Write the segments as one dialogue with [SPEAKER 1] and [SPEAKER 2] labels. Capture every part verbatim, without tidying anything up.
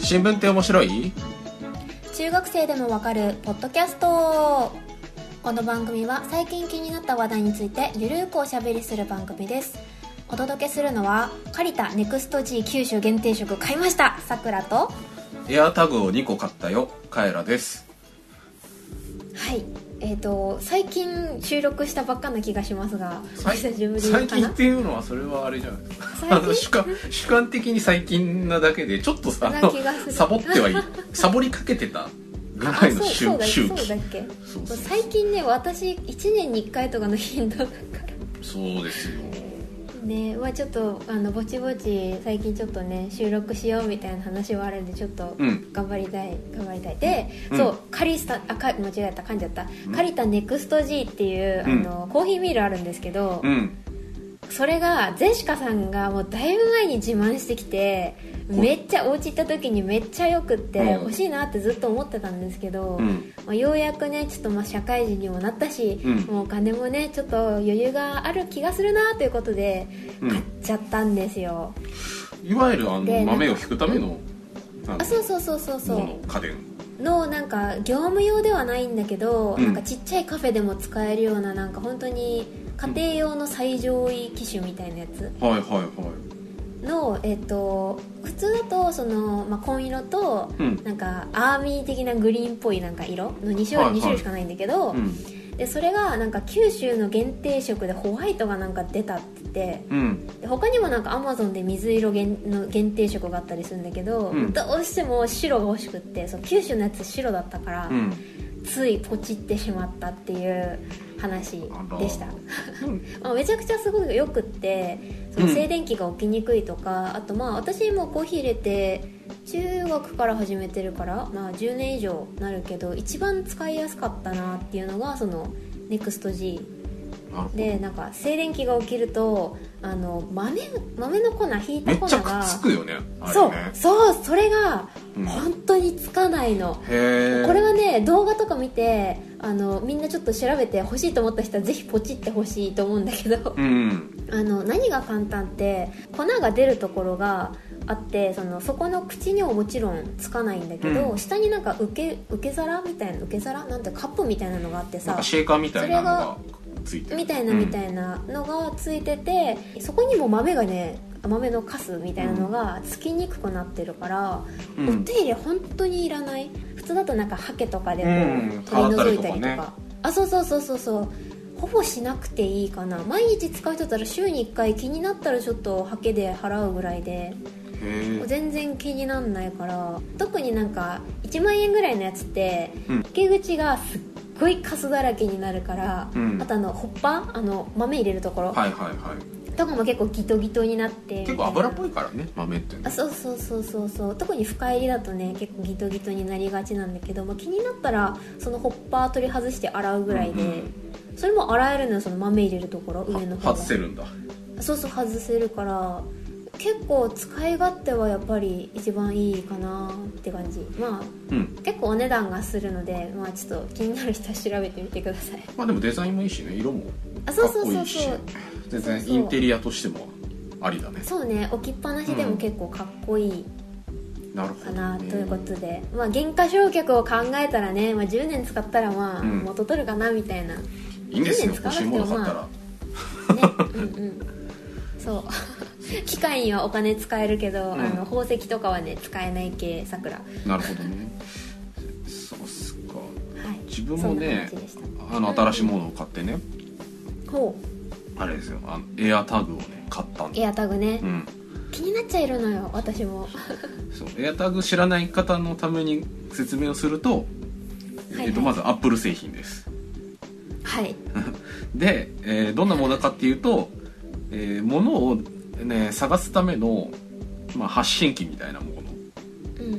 [SPEAKER 1] 新聞って面白い？
[SPEAKER 2] 中学生でもわかるポッドキャスト。この番組は最近気になった話題についてゆるくおしゃべりする番組です。お届けするのはカリタネクスト G 九州限定食買いましたさくらと、
[SPEAKER 1] エアタグをにこ買ったよカエラです。
[SPEAKER 2] はい、えーと最近収録したばっかな気がしますが、お久しぶりかな。
[SPEAKER 1] 最近っていうのはそれはあれじゃないですか。あの主観主観的に最近なだけでちょっとさサボってはいサボりかけてたぐらいの周期。
[SPEAKER 2] そうだっけ。そうそう最近ね、私いちねんにいっかいとかの頻度だから。
[SPEAKER 1] そうですよ
[SPEAKER 2] ね。まあちょっとあのぼちぼち最近ちょっとね収録しようみたいな話はあるんで、ちょっと頑張りたい、うん、頑張りたいで、うん、そうカリスタあか間違えた噛んじゃった、うん、カリタネクスト G っていう、うん、あのコーヒーミールあるんですけど、うん、それがゼシカさんがもうだいぶ前に自慢してきて、めっちゃお家行った時にめっちゃよくって欲しいなってずっと思ってたんですけど、うん、まあ、ようやくねちょっとまあ社会人にもなったし、うん、もうお金もねちょっと余裕がある気がするなということで買っちゃったんですよ、
[SPEAKER 1] うん、いわゆるあの豆を引くための、
[SPEAKER 2] うん、あそうそうそうそうそう
[SPEAKER 1] 家電
[SPEAKER 2] のなんか業務用ではないんだけど、うん、なんかちっちゃいカフェでも使えるようななんか本当に家庭用の最上位機種みたいなやつ、
[SPEAKER 1] はいはいはい
[SPEAKER 2] の、えっと、普通だとその、まあ、紺色と、うん、なんかアーミー的なグリーンっぽいなんか色のに種類、はいはい、に種類しかないんだけど、うん、でそれがなんか九州の限定色でホワイトがなんか出たって言って、うん、で他にもなんかアマゾンで水色限の限定色があったりするんだけど、うん、どうしても白が欲しくって、その九州のやつ白だったから、うん、ついポチってしまったっていう話でしたまあめちゃくちゃすごくよくって、その静電気が起きにくいとか、うん、あとまあ私もコーヒー入れて中学から始めてるから、まあ、じゅうねん以上なるけど一番使いやすかったなっていうのがその ネクスト G で、なんか静電気が起きるとあの 豆, 豆の粉ひいた粉が
[SPEAKER 1] めっちゃくっつくよね、あれね。
[SPEAKER 2] そうそうそれが本当につかないの、うん、へー。これはね動画とか見てあのみんなちょっと調べて欲しいと思った人はぜひポチってほしいと思うんだけど、うん、あの何が簡単って粉が出るところがあって、そのそこの口にはもちろんつかないんだけど、うん、下になんか受け受け皿みたいな受け皿なんてカップみたいなのがあってさ、
[SPEAKER 1] なんかシェーカーみたいなのがついてる
[SPEAKER 2] みたいなみたいなのがついてて、うん、そこにも豆がね豆のカスみたいなのがつきにくくなってるから、うん、お手入れ本当にいらない。普通だとなんかハケとかでこう、うん、取り除いたりとか、ね、あそうそうそうそうそうほぼしなくていいかな。毎日使う人だったら週にいっかい気になったらちょっとハケで払うぐらいで全然気になんないから。特になんかいちまんえんぐらいのやつって、うん、受け口がすっごいカスだらけになるから、うん、あとあのホッパーあの豆入れるところ、
[SPEAKER 1] はいはいはい
[SPEAKER 2] とかも結構ギトギトになって
[SPEAKER 1] 結構油っぽいからね豆って、ね、
[SPEAKER 2] あそうそうそうそうそう特に深入りだとね結構ギトギトになりがちなんだけど、まあ、気になったらそのホッパー取り外して洗うぐらいで、うんうん、それも洗えるのよ。その豆入れるところ上の方が
[SPEAKER 1] 外せるんだ。
[SPEAKER 2] そうそう外せるから結構使い勝手はやっぱり一番いいかなって感じ。まあ、うん、結構お値段がするので、まあ、ちょっと気になる人は調べてみてください。
[SPEAKER 1] まあでもデザインもいいしね、色もかっこいいし、
[SPEAKER 2] あそうそうそうそう
[SPEAKER 1] 全然インテリアとしてもありだね。
[SPEAKER 2] そうね、置きっぱなしでも結構かっこいいかな、うん、ということで、まあ、減価償却を考えたらね、まあ、じゅうねん使ったらまあ、うん、元取るかなみたいな。い
[SPEAKER 1] いんですよ、欲しいもの買ったら、ね、
[SPEAKER 2] うんうんそう機械にはお金使えるけど、うん、あの宝石とかはね使えない系さくら。
[SPEAKER 1] なるほどねそうっすか、はい、自分もねあの新しいものを買ってね、
[SPEAKER 2] うん、ほ
[SPEAKER 1] うあれですよ、あのエアタグをね買ったんで。
[SPEAKER 2] エアタグね、うん、気になっちゃいるのよ私も
[SPEAKER 1] そうエアタグ知らない方のために説明をすると、はいはい、えー、とまずアップル製品です
[SPEAKER 2] はい
[SPEAKER 1] で、えー、どんなものかっていうと、えー、物を、ね、探すための、まあ、発信機みたいなもの、うんうん、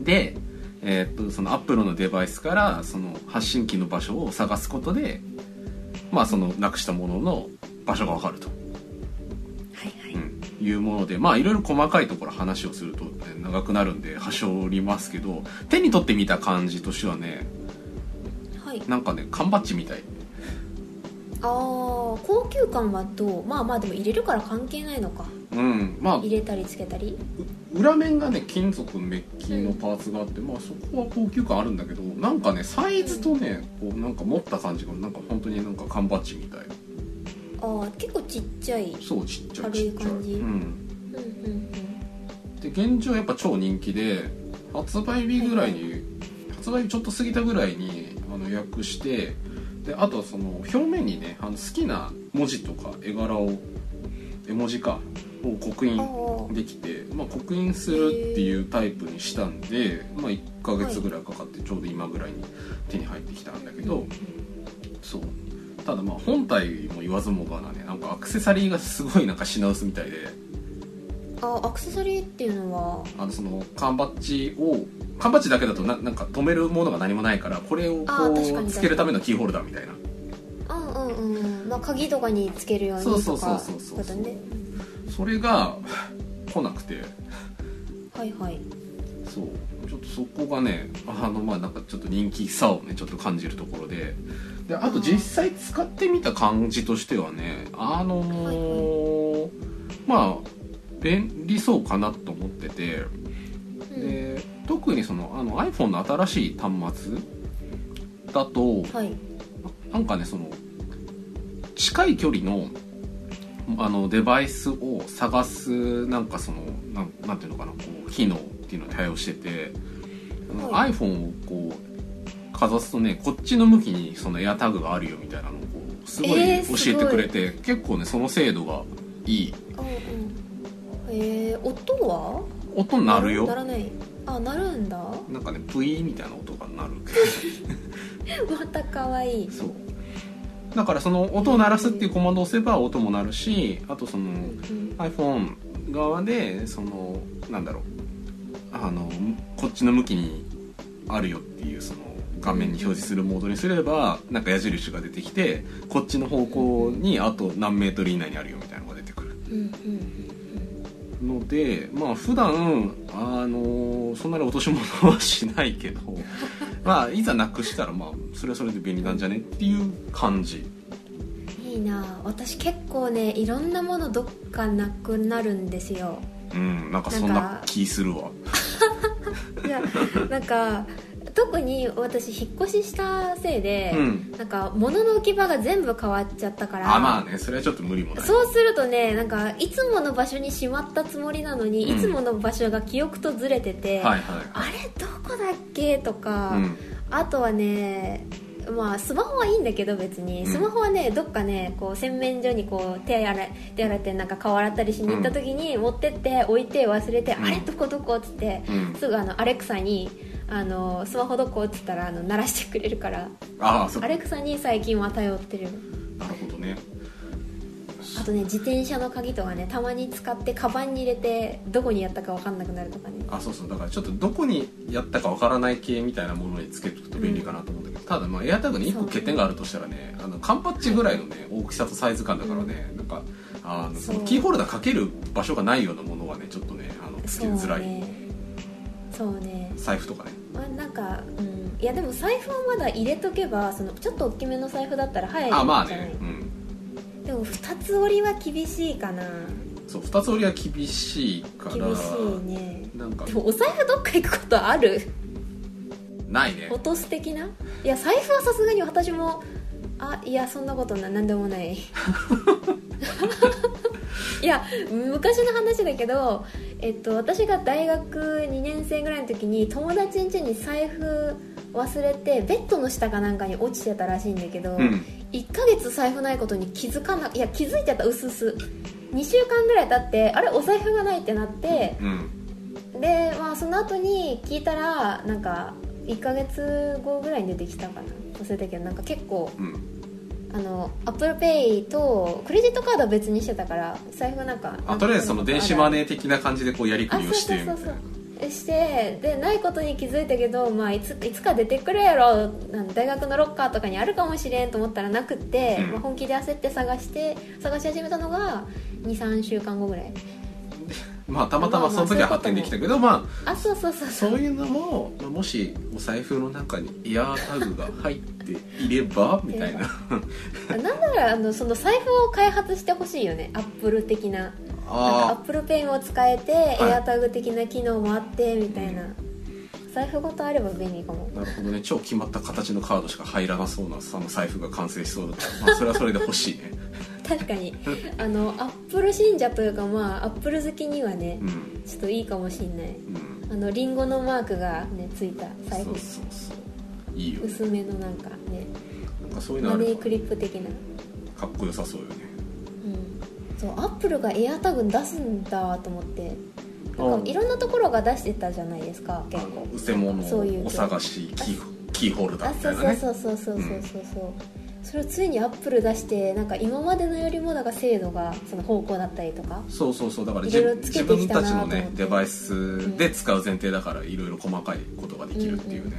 [SPEAKER 1] で、えー、っとそのアップルのデバイスからその発信機の場所を探すことで、まあ、そのなくしたものの場所が分かると、はいはい、うん、いうもので、まあいろいろ細かいところ話をすると、ね、長くなるんで端折りますけど、手に取ってみた感じとしてはね、はい、なんかね缶バッジみたい。
[SPEAKER 2] あー、高級感はどう？まあまあでも入れるから関係ないのか。
[SPEAKER 1] うん、まあ
[SPEAKER 2] 入れたりつけたり
[SPEAKER 1] 裏面がね金属メッキのパーツがあって、まあそこは高級感あるんだけど、なんかねサイズとねこうなんか持った感じがなんか本当になんか缶バッジみたい。
[SPEAKER 2] ああ結構ちっちゃい。
[SPEAKER 1] そうちっちゃい
[SPEAKER 2] 軽い感じ。
[SPEAKER 1] うん、うんうん
[SPEAKER 2] うん。
[SPEAKER 1] で現状やっぱ超人気で、発売日ぐらいに、はいはい、発売日ちょっと過ぎたぐらいにあの予約して、であとその表面にねあの好きな文字とか絵柄を絵文字かを刻印できて、まあ、刻印するっていうタイプにしたんで、まあ、いっかげつぐらいかかってちょうど今ぐらいに手に入ってきたんだけど、そうただまあ本体も言わずもがなね、なんかアクセサリーがすごいなんか品薄みたいで。
[SPEAKER 2] あアクセサリーっていうのは
[SPEAKER 1] あのその缶バッジを缶バッジだけだと な, なんか止めるものが何もないから、これをこうつけるためのキーホルダーみたいな。
[SPEAKER 2] うんうんうん、まあ、鍵とかにつけるようにとか。そうそうそうそうそう、ね、
[SPEAKER 1] それが来なくて、
[SPEAKER 2] はいはい、
[SPEAKER 1] そうちょっとそこがねあのまあなんかちょっと人気さをねちょっと感じるところで、であと実際使ってみた感じとしてはね、あのーはいはい、まあ便利そうかなと思ってて、うん、で特にそのあの iPhone の新しい端末だと、はい、なんかねその近い距離のあのデバイスを探すなんかそのなん、なんていうのかなこう機能っていうのに対応してて、はい、iPhone をこうかざすとねこっちの向きにそのエアタグがあるよみたいなのをこうすごい教えてくれて、えー、結構ねその精度がいい。うんうん
[SPEAKER 2] えー、音は
[SPEAKER 1] 音鳴るよ。
[SPEAKER 2] 鳴らない。あ、鳴るんだ。
[SPEAKER 1] なんかねプイーみたいな音が鳴る
[SPEAKER 2] また可愛い。
[SPEAKER 1] そうだからその音を鳴らすっていうコマンドを押せば音も鳴るし、あとその、うん、iPhone 側でそのなんだろうあのこっちの向きにあるよっていうその画面に表示するモードにすればなんか矢印が出てきて、こっちの方向にあと何メートル以内にあるよみたいなのが出てくる。うんうんのでまあ普段あのそんなに落とし物はしないけどまあいざなくしたらまあそれはそれで便利なんじゃねっていう感じ。
[SPEAKER 2] いいな。私結構ねいろんなものどっかなくなるんですよ。
[SPEAKER 1] うんなんかそんな気するわ
[SPEAKER 2] いやなんか特に私引っ越ししたせいで、うん、なんか物の置き場が全部変わっちゃったから。
[SPEAKER 1] あまあねそれはちょっと無理もない。
[SPEAKER 2] そうするとねなんかいつもの場所にしまったつもりなのに、うん、いつもの場所が記憶とずれてて、はいはい、あれどこだっけとか、うん、あとはねまあスマホはいいんだけど別にスマホはねどっかねこう洗面所にこう手洗い手洗ってなんか顔洗ったりしに行った時に持ってって置いて忘れて、うん、あれどこどこっつって、うん、すぐあのアレクサにあのスマホどこっつったらあの鳴らしてくれるから、あアレクサに最近は頼ってる。
[SPEAKER 1] なるほどね。
[SPEAKER 2] あとね自転車の鍵とかねたまに使ってカバンに入れてどこにやったか分かんなくなるとかね。
[SPEAKER 1] あそうそうだからちょっとどこにやったか分からない系みたいなものにつけておくと便利かなと思うんだけど、うん、ただまあエアタグにいっこ欠点があるとしたらねあの缶パッチぐらいのね大きさとサイズ感だからね、うん、なんかあのそのキーホルダーかける場所がないようなものはねちょっとねあのつけづらい。
[SPEAKER 2] そうね
[SPEAKER 1] 財布とかね、
[SPEAKER 2] まあ、なんか、うん、いやでも財布はまだ入れとけばそのちょっと大きめの財布だったら入るんじゃない。あまあね、うん、でもふたつ折りは厳しいかな。
[SPEAKER 1] そうふたつ折りは厳しいから
[SPEAKER 2] 厳しいね。なんかでもお財布どっか行くことある？
[SPEAKER 1] ないね。
[SPEAKER 2] 落とす的な。いや財布はさすがに私もあいやそんなことななんでもないいや昔の話だけど、えっと、私が大学にねん生ぐらいの時に友達ん家に財布忘れてベッドの下かなんかに落ちてたらしいんだけど、うん、いっかげつ財布ないことに気づかないや気づいてたうすうすにしゅうかんぐらい経ってあれお財布がないってなって、うん、で、まあ、その後に聞いたらなんかいっかげつごぐらいに出てきたかな忘れたけどなんか結構、うんあのアップルペイとクレジットカードは別にしてたから財布なんか
[SPEAKER 1] あとりあえずその電子マネー的な感じでこうやりくりをしてみたいな。
[SPEAKER 2] そうそうそうそうしてでないことに気づいたけど、まあ、いつ, いつか出てくるやろ大学のロッカーとかにあるかもしれんと思ったらなくって、うんまあ、本気で焦って探して探し始めたのが にさんしゅうかんごぐらい
[SPEAKER 1] まあたまたまその時は発展できたけど、まあ、
[SPEAKER 2] あそうそうそうそう
[SPEAKER 1] そういうのも、まあ、もしお財布の中にエアータグが入っていればみたいな
[SPEAKER 2] なんならあのその財布を開発してほしいよねアップル的な。 アップルペイも使えて、はい、エアタグ的な機能もあってみたいな、うん、財布ごとあれば便利かも。
[SPEAKER 1] なるほどね。超決まった形のカードしか入らなそうなその財布が完成しそうだった、まあ、それはそれで欲しいね
[SPEAKER 2] 確かにあのアップル信者というか、まあアップル好きにはね、うん、ちょっといいかもしんない、うん、あのリンゴのマークがねついた財布。そうそうそういいよ、ね、薄めのなんかね、
[SPEAKER 1] なんかそういうのある
[SPEAKER 2] マネークリップ的な、
[SPEAKER 1] かっこよさそうよね。
[SPEAKER 2] うん、そうアップルがエアタグ出すんだと思って、なんかいろんなところが出してたじゃないですか。結構
[SPEAKER 1] うせものお探しキー、キーホルダーみたいなね。
[SPEAKER 2] そうそうそうそうそうそうそう、うん、それをついにアップル出して、なんか今までのよりもなんか精度がその方向だったりとか、
[SPEAKER 1] そうそうそう、だから自分たちのねデバイスで使う前提だからいろいろ細かいことができるっていうね、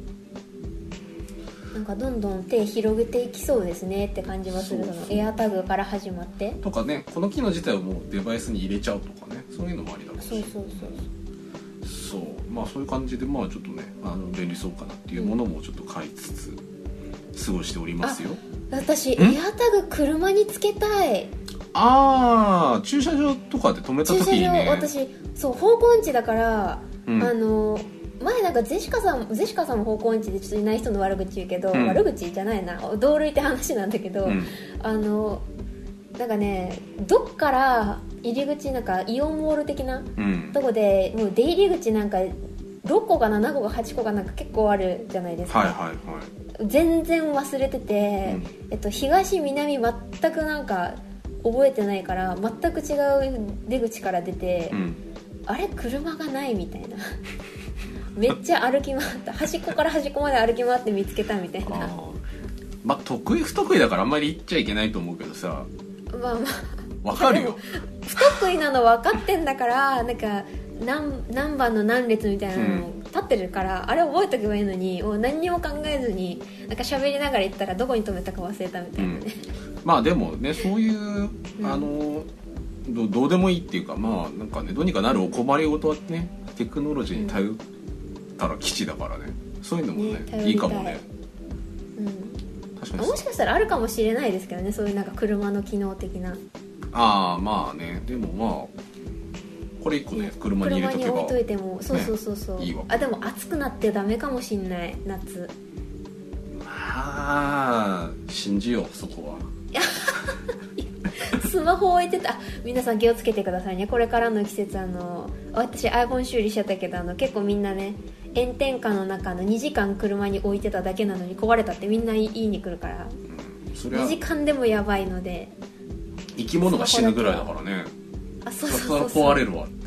[SPEAKER 2] うんうん、なんかどんどん手広げていきそうですねって感じはする。そのエアタグから始まって
[SPEAKER 1] とかね、この機能自体をもうデバイスに入れちゃうとかね、そういうのもありだろうし、
[SPEAKER 2] そうそうそう
[SPEAKER 1] そう、まあそういう感じで、まあちょっとねあの便利そうかなっていうものもちょっと買いつつ過ごしておりますよ。
[SPEAKER 2] 私エアタグ車につけたい。
[SPEAKER 1] ああ、駐車場とかで止めた時にね、
[SPEAKER 2] 駐車場、私そう方向音痴だから、うん、あの前なんかジェシカさんジェシカさんも方向音痴でちょっといない人の悪口言うけど、うん、悪口じゃないな、同類って話なんだけど、うん、あのなんかね、どっから入り口なんかイオンモール的な、うん、とこでもう出入り口なんかろっこかななこかはちこかなんか結構あるじゃないですか。
[SPEAKER 1] はいはいはい、
[SPEAKER 2] 全然忘れてて、うん、えっと、東南全くなんか覚えてないから全く違う出口から出て、うん、あれ車がないみたいなめっちゃ歩き回った、端っこから端っこまで歩き回って見つけたみたいな。あ、
[SPEAKER 1] まあ得意不得意だからあんまり言っちゃいけないと思うけどさ、
[SPEAKER 2] まあまあ
[SPEAKER 1] わかるよ
[SPEAKER 2] 不得意なの分かってんだから、なんか 何, 何番の何列みたいなの立ってるから、うん、あれ覚えとけばいいのに、もう何にも考えずになんか喋りながら行ったらどこに止めたか忘れたみたいなね、うん、
[SPEAKER 1] まあでもね、そういう、うん、あの ど, どうでもいいっていうか、まあなんかね、どうにかなるお困りごとはね、テクノロジーに頼ったら基地だからね、そういうのも ね, ねいいかもね、
[SPEAKER 2] うん、確かにもしかしたらあるかもしれないですけどね、そういうなんか車の機能的な。
[SPEAKER 1] ああまあね、でもまあこれ一個ね、車に入れとけば、
[SPEAKER 2] 車に置いといても、そうそうそうそう、ね、いいわ。あ、でも暑くなってダメかもしんない、夏。
[SPEAKER 1] まあ信じよう、そこは
[SPEAKER 2] スマホ置いてた。皆さん気をつけてくださいね、これからの季節。あの私 iPhone 修理しちゃったけど、あの結構みんなね、炎天下の中のにじかん車に置いてただけなのに壊れたってみんな言いに来るから、うん、それはにじかんでもやばいので、
[SPEAKER 1] 生き物が死ぬぐらいだからね。
[SPEAKER 2] あ、そうそうそうそう、
[SPEAKER 1] 壊れるわって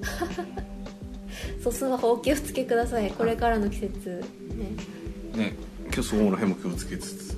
[SPEAKER 2] そう、スマホお気をつけください、これからの季節
[SPEAKER 1] ね。ね、今日そこら辺も気をつけつつ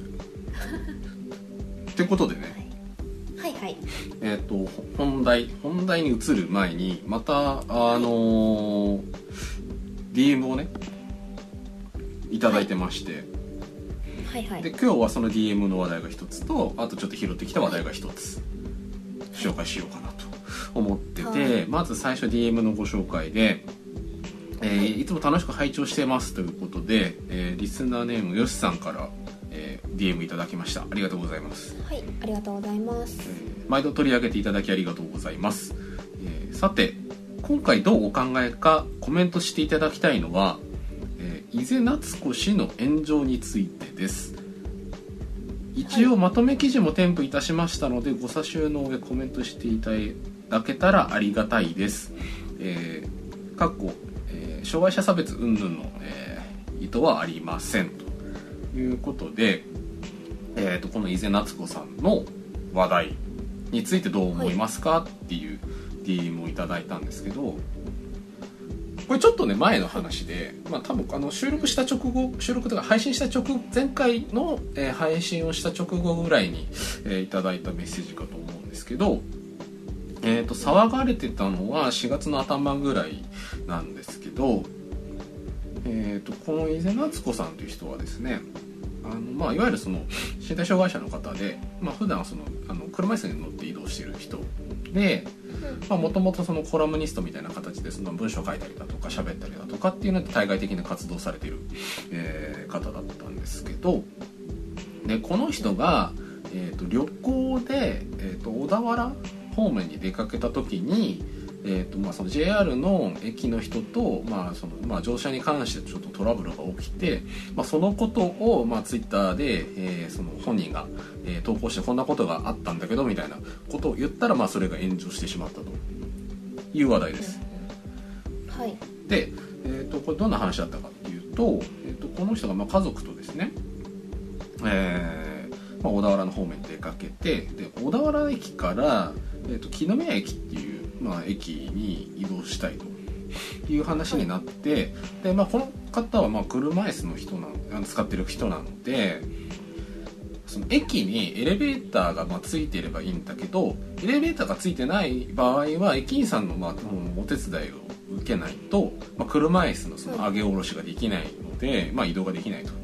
[SPEAKER 1] ってことでね、
[SPEAKER 2] はい、はいはい
[SPEAKER 1] えっと本題本題に移る前にまたあのー、ディーエム をねいただいてまして、
[SPEAKER 2] はいはいはい、
[SPEAKER 1] で今日はその ディーエム の話題が一つと、あとちょっと拾ってきた話題が一つ紹介しようかなと思ってて、はい、まず最初 ディーエム のご紹介で、えーはい、いつも楽しく拝聴してますということで、えー、リスナーネームよしさんから、えー、ディーエム いただきました。ありがとうございます。
[SPEAKER 2] はい、ありがとうございます、
[SPEAKER 1] えー、毎度取り上げていただきありがとうございます、えー、さて今回どうお考えかコメントしていただきたいのは、えー、伊勢夏子氏の炎上についてです。一応まとめ記事も添付いたしましたので、ご査収の上コメントしていただけたらありがたいです。えー、かっこ、えー、障害者差別云々の、えー、意図はありませんということで、えー、とこの伊勢夏子さんの話題についてどう思いますかっていう ディーエム をいただいたんですけど、これちょっとね前の話で、まあ多分あの収録した直後、収録とか配信した直前回の、えー、配信をした直後ぐらいに、えー、いただいたメッセージかと思うんですけど、えーと騒がれてたのはしがつの頭ぐらいなんですけど、えーとこの伊勢夏子さんという人はですね、あのまあいわゆるその身体障害者の方で、まあ普段はそのあの車椅子に乗って移動している人で、もともとそのコラムニストみたいな形でその文章を書いたりだとか喋ったりだとかっていうので対外的な活動をされている、えー、方だったんですけど、でこの人が、えー、と旅行で、えー、と小田原方面に出かけた時に、えーとまあ、その ジェイアール の駅の人と、まあそのまあ、乗車に関してちょっとトラブルが起きて、まあ、そのことを、まあ、ツイッターで、えー、その本人が、えー、投稿してこんなことがあったんだけどみたいなことを言ったら、まあ、それが炎上してしまったという話題です。
[SPEAKER 2] はい、
[SPEAKER 1] で、えーと、これどんな話だったかっていうと、えーと、この人がまあ家族とですね、えーまあ、小田原の方面に出かけて、で小田原駅から、えーと、木宮駅っていう、まあ、駅に移動したいという話になって、はい、でまあ、この方はまあ車椅子の人なの使ってる人なので、その駅にエレベーターがまあついていればいいんだけど、エレベーターがついてない場合は駅員さんのまあお手伝いを受けないと、まあ、車椅子のその上げ下ろしができないので、まあ、移動ができないと。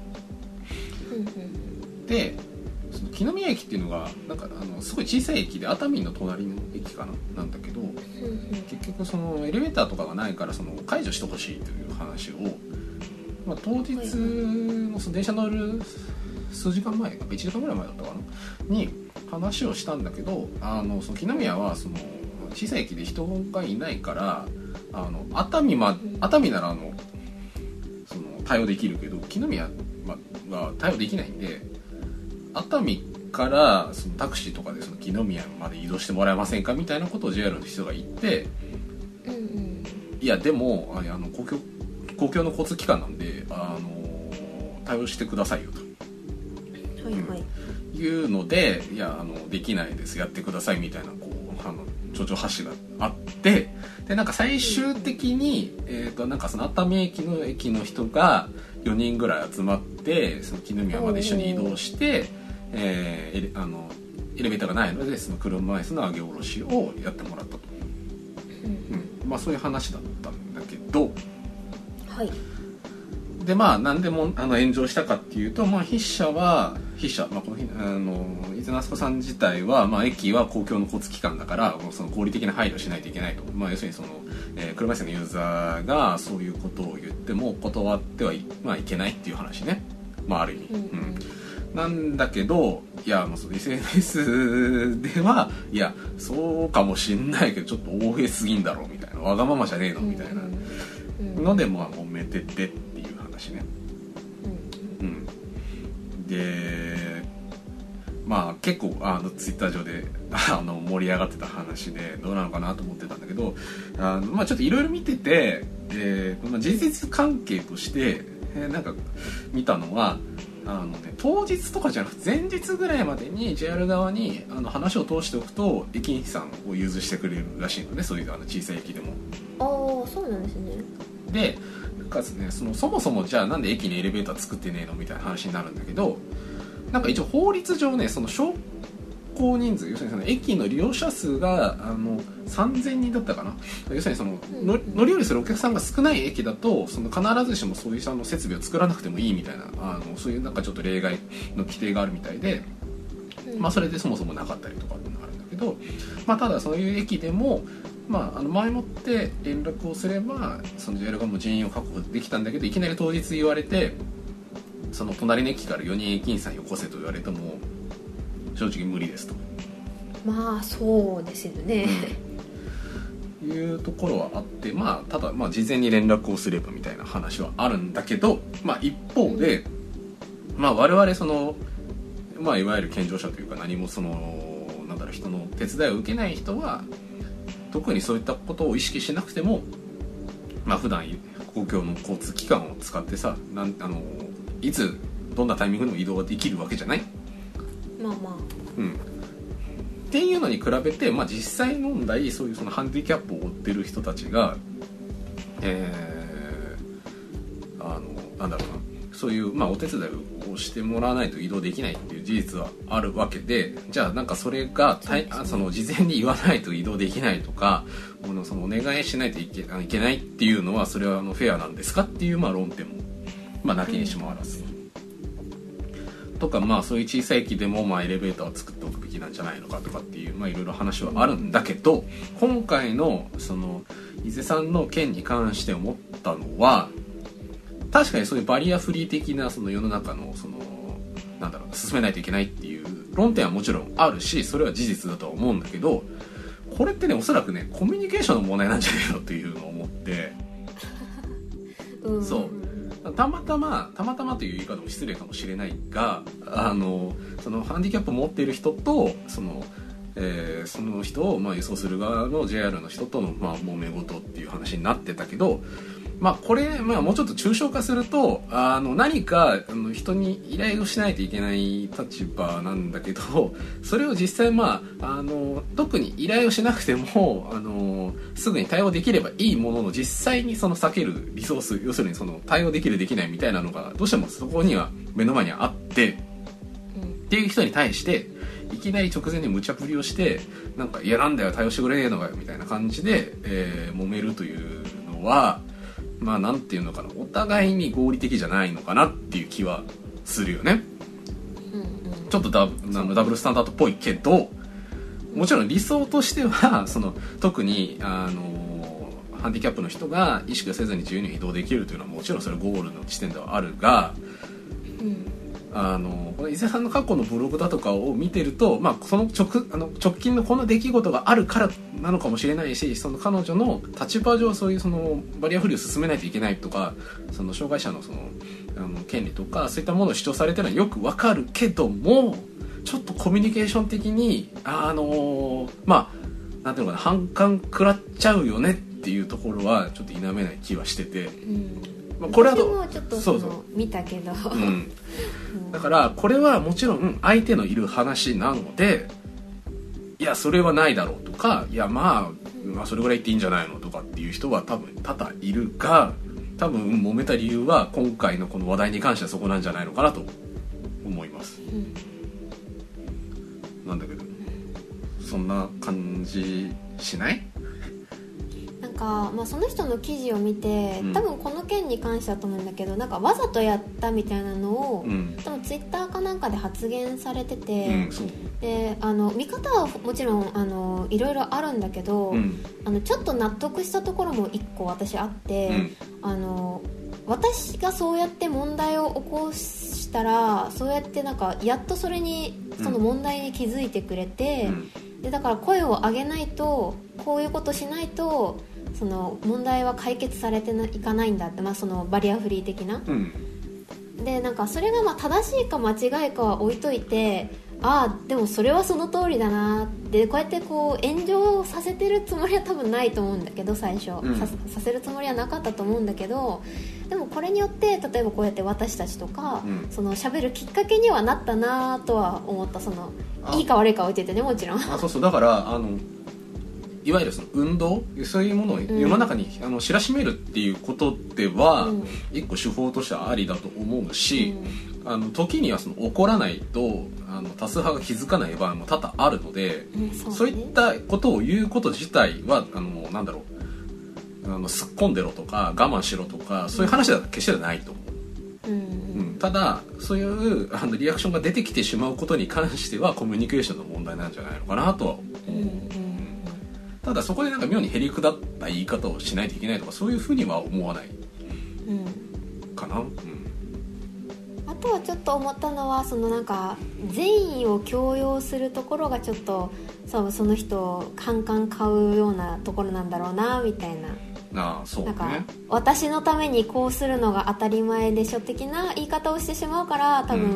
[SPEAKER 1] でその木宮駅っていうのがなんかあのすごい小さい駅で熱海の隣の駅かななんだけど、結局そのエレベーターとかがないからその解除してほしいという話を、まあ、当日のその電車乗る数時間前いちじかんぐらい前だったかなに話をしたんだけど、あのその木宮はその小さい駅で人がいないから、あの熱海、ま、熱海ならあのその対応できるけど木宮が対応できないんで、熱海からそのタクシーとかでその木宮まで移動してもらえませんかみたいなことを ジェイアール の人が言って、うんうん、いやでもあの公共、公共の交通機関なんであの対応してくださいよと、はいはい、うん、いうので、いやあのできないですやってくださいみたいなこうあの丁々発止があって、でなんか最終的に、うん、えーとなんかその熱海駅の駅の人がよにんぐらい集まってその木宮まで一緒に移動して、えー、エレあのエレベーターがないのでその車椅子の上げ下ろしをやってもらったと、うんうん、まあそういう話だったんだけど、
[SPEAKER 2] はい、
[SPEAKER 1] でまあ何でもあの炎上したかっていうと、まあ、筆者は筆者、まあ、このあの伊豆夏子さん自体は、まあ、駅は公共の交通機関だからもうその合理的な配慮しないといけないと、まあ、要するにその、えー、車椅子のユーザーがそういうことを言っても断ってはい、まあ、いけないっていう話ね、まあ、ある意味、うんうん、なんだけどいやもうその エスエヌエス ではいやそうかもしんないけどちょっと大げすぎんだろうみたいなわがままじゃねえのみたいなので、まあ、揉めててっていう話ね、うん、でまあ結構あのツイッター上であの盛り上がってた話でどうなのかなと思ってたんだけど、あの、まあ、ちょっといろいろ見てて、えーまあ、事実関係として、えー、なんか見たのはあの、ね、当日とかじゃなくて前日ぐらいまでに ジェイアール 側にあの話を通しておくと駅員さんを融通してくれるらしいのね、そういうあの小さい駅でも。
[SPEAKER 2] ああそうなんですね。
[SPEAKER 1] でかつね そのそもそもじゃあなんで駅にエレベーター作ってねえのみたいな話になるんだけど、なんか一応法律上ねその昇降人数要するにその駅の利用者数があのさんぜんにんだったかな、要するにそのの乗り降りするお客さんが少ない駅だとその必ずしもそういうあの設備を作らなくてもいいみたいなあのそういうなんかちょっと例外の規定があるみたいで、まあ、それでそもそもなかったりとかっていうのがあるんだけど、まあ、ただそういう駅でもまあ、あの前もって連絡をすればその ジェイアール がもう人員を確保できたんだけどいきなり当日言われてその隣の駅からよにん駅員さんよこせと言われても正直無理ですと。
[SPEAKER 2] まあそうですよね、
[SPEAKER 1] うん、いうところはあって、まあ、ただまあ事前に連絡をすればみたいな話はあるんだけど、まあ、一方で、まあ、我々その、まあ、いわゆる健常者というか何もそのなんだろう人の手伝いを受けない人は特にそういったことを意識しなくても、まあ普段公共の交通機関を使ってさなんあのいつどんなタイミングでも移動ができるわけじゃない。
[SPEAKER 2] まあまあ、
[SPEAKER 1] うん、っていうのに比べて、まあ、実際問題そういうそのハンディキャップを負ってる人たちが、えー、あのなんだろうなそういう、まあ、お手伝いをしてもらわないと移動できないっていう事実はあるわけで、じゃあなんかそれがたいその事前に言わないと移動できないとかそのお願いしないといけ、いけないっていうのはそれはあのフェアなんですかっていう、まあ、論点も、まあ、なきにしもあらず、うん、とか、まあ、そういう小さい駅でも、まあ、エレベーターを作っておくべきなんじゃないのかとかっていう、まあ、いろいろ話はあるんだけど、今回のその伊勢さんの件に関して思ったのは確かにそういうバリアフリー的なその世の中のそのなんだろう進めないといけないっていう論点はもちろんあるし、それは事実だとは思うんだけど、これってねおそらくねコミュニケーションの問題なんじゃないのっていうのを思って、うん、そうたまたまたまたまという言い方も失礼かもしれないが、あのそのハンディキャップを持っている人とその、えー、その人をまあ輸送する側の ジェイアール の人とのまあ揉め事っていう話になってたけど、まあこれ、まあ、もうちょっと抽象化するとあの何かあの人に依頼をしないといけない立場なんだけど、それを実際、まあ、あの特に依頼をしなくてもあのすぐに対応できればいいものの、実際にその避けるリソース、要するにその対応できるできないみたいなのがどうしてもそこには目の前にあって、うん、っていう人に対していきなり直前に無茶ぶりをしてなんかいやなんだよ対応してくれねえのかよみたいな感じで、えー、揉めるというのはまあなんていうのかな、お互いに合理的じゃないのかなっていう気はするよね、うんうん、ちょっとダブ、ダブルスタンダードっぽいけど、もちろん理想としてはその特にあのハンディキャップの人が意識をせずに自由に移動できるというのはもちろんそれゴールの地点ではあるが、うんあの伊勢さんの過去のブログだとかを見てると、まあ、その 直, あの直近のこの出来事があるからなのかもしれないし、その彼女の立場上そういうそのバリアフリーを進めないといけないとか、その障害者 の, そのあの権利とかそういったものを主張されてるのはよくわかるけども、ちょっとコミュニケーション的にあのまあなんていうのかな、反感食らっちゃうよねっていうところはちょっと否めない気はしてて、うん
[SPEAKER 2] まあ、これは私もちょっとそのそうそう見たけど、うん、
[SPEAKER 1] だからこれはもちろん相手のいる話なので、いやそれはないだろうとか、いやまあ、まあそれぐらい言っていいんじゃないのとかっていう人は多分多々いるが、多分揉めた理由は今回のこの話題に関してはそこなんじゃないのかなと思います、うん、なんだけどそんな感じしない？
[SPEAKER 2] なんか、まあ、その人の記事を見て、多分この件に関してだと思うんだけど、なんかわざとやったみたいなのを、うん、多分ツイッターかなんかで発言されてて、うん、であの見方はもちろんあのいろいろあるんだけど、うん、あのちょっと納得したところも一個私あって、うん、あの私がそうやって問題を起こしたらそうやってなんかやっとそれにその問題に気づいてくれて、でだから声を上げないと、こういうことしないとその問題は解決されていかないんだって、まあ、そのバリアフリー的な、うん、でなんかそれがまあ正しいか間違いかは置いといて、ああでもそれはその通りだなって、こうやってこう炎上させてるつもりは多分ないと思うんだけど、最初、うん、さ, させるつもりはなかったと思うんだけど、でもこれによって例えばこうやって私たちとか、うん、その喋るきっかけにはなったなとは思った。そのいいか悪いか置いててね、もちろん。
[SPEAKER 1] あそうそう、だからあのいわゆるその運動、そういうものを世の中に、うん、あの知らしめるっていうことでは、うん、一個手法としてはありだと思うし、うん、あの時にはその怒らないとあの多数派が気づかない場合も多々あるので、うんそうね、そういったことを言うこと自体はあのなんだろう、あのすっ込んでろとか我慢しろとかそういう話では決してないと思う、うんうん、ただそういうあのリアクションが出てきてしまうことに関してはコミュニケーションの問題なんじゃないのかなとは思う、うんうん、ただそこでなんか妙にへりくだった言い方をしないといけないとかそういうふうには思わない、うん、かな、うん、
[SPEAKER 2] あとはちょっと思ったのは、そのなんか善意を強要するところがちょっとその人をカンカン買うようなところなんだろうなみたいな。
[SPEAKER 1] ああそうね、なんか
[SPEAKER 2] 私のためにこうするのが当たり前でしょ的な言い方をしてしまうから、多分、うん、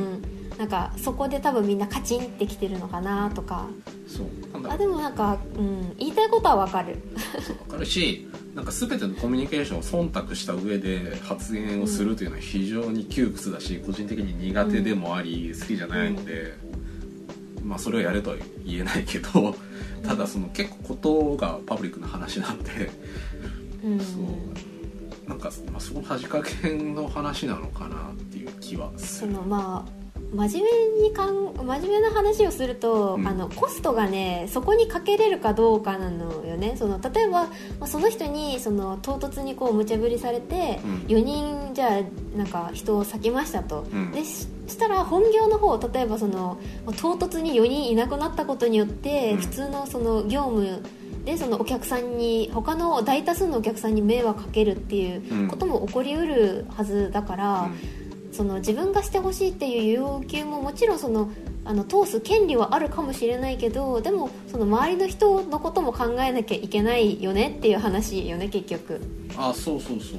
[SPEAKER 2] なんかそこで多分みんなカチンってきてるのかなとか。そうあでもなんか、うん、言いたいことは分かる
[SPEAKER 1] そう分かるし、なんか全てのコミュニケーションを忖度した上で発言をするというのは非常に窮屈だし、個人的に苦手でもあり、うん、好きじゃないので、うん、まあそれをやれとは言えないけど、ただその結構ことがパブリックな話なんで、うん、そうなんか、まあ、その恥かけの話なのかなっていう気はする。
[SPEAKER 2] そのまあ真面目にかん真面目な話をすると、うん、あのコストがねそこにかけれるかどうかなのよね。その例えばその人にその唐突にこう無茶ぶりされて、うん、よにんじゃあなんか人を割きましたと、うん、でししたら本業の方、例えばその唐突によにんいなくなったことによって、うん、普通のその業務でそのお客さんに他の大多数のお客さんに迷惑かけるっていうことも起こりうるはずだから、うん、その自分がしてほしいっていう要求ももちろんそのあの通す権利はあるかもしれないけど、でもその周りの人のことも考えなきゃいけないよねっていう話よね結局。
[SPEAKER 1] あ、そうそうそう。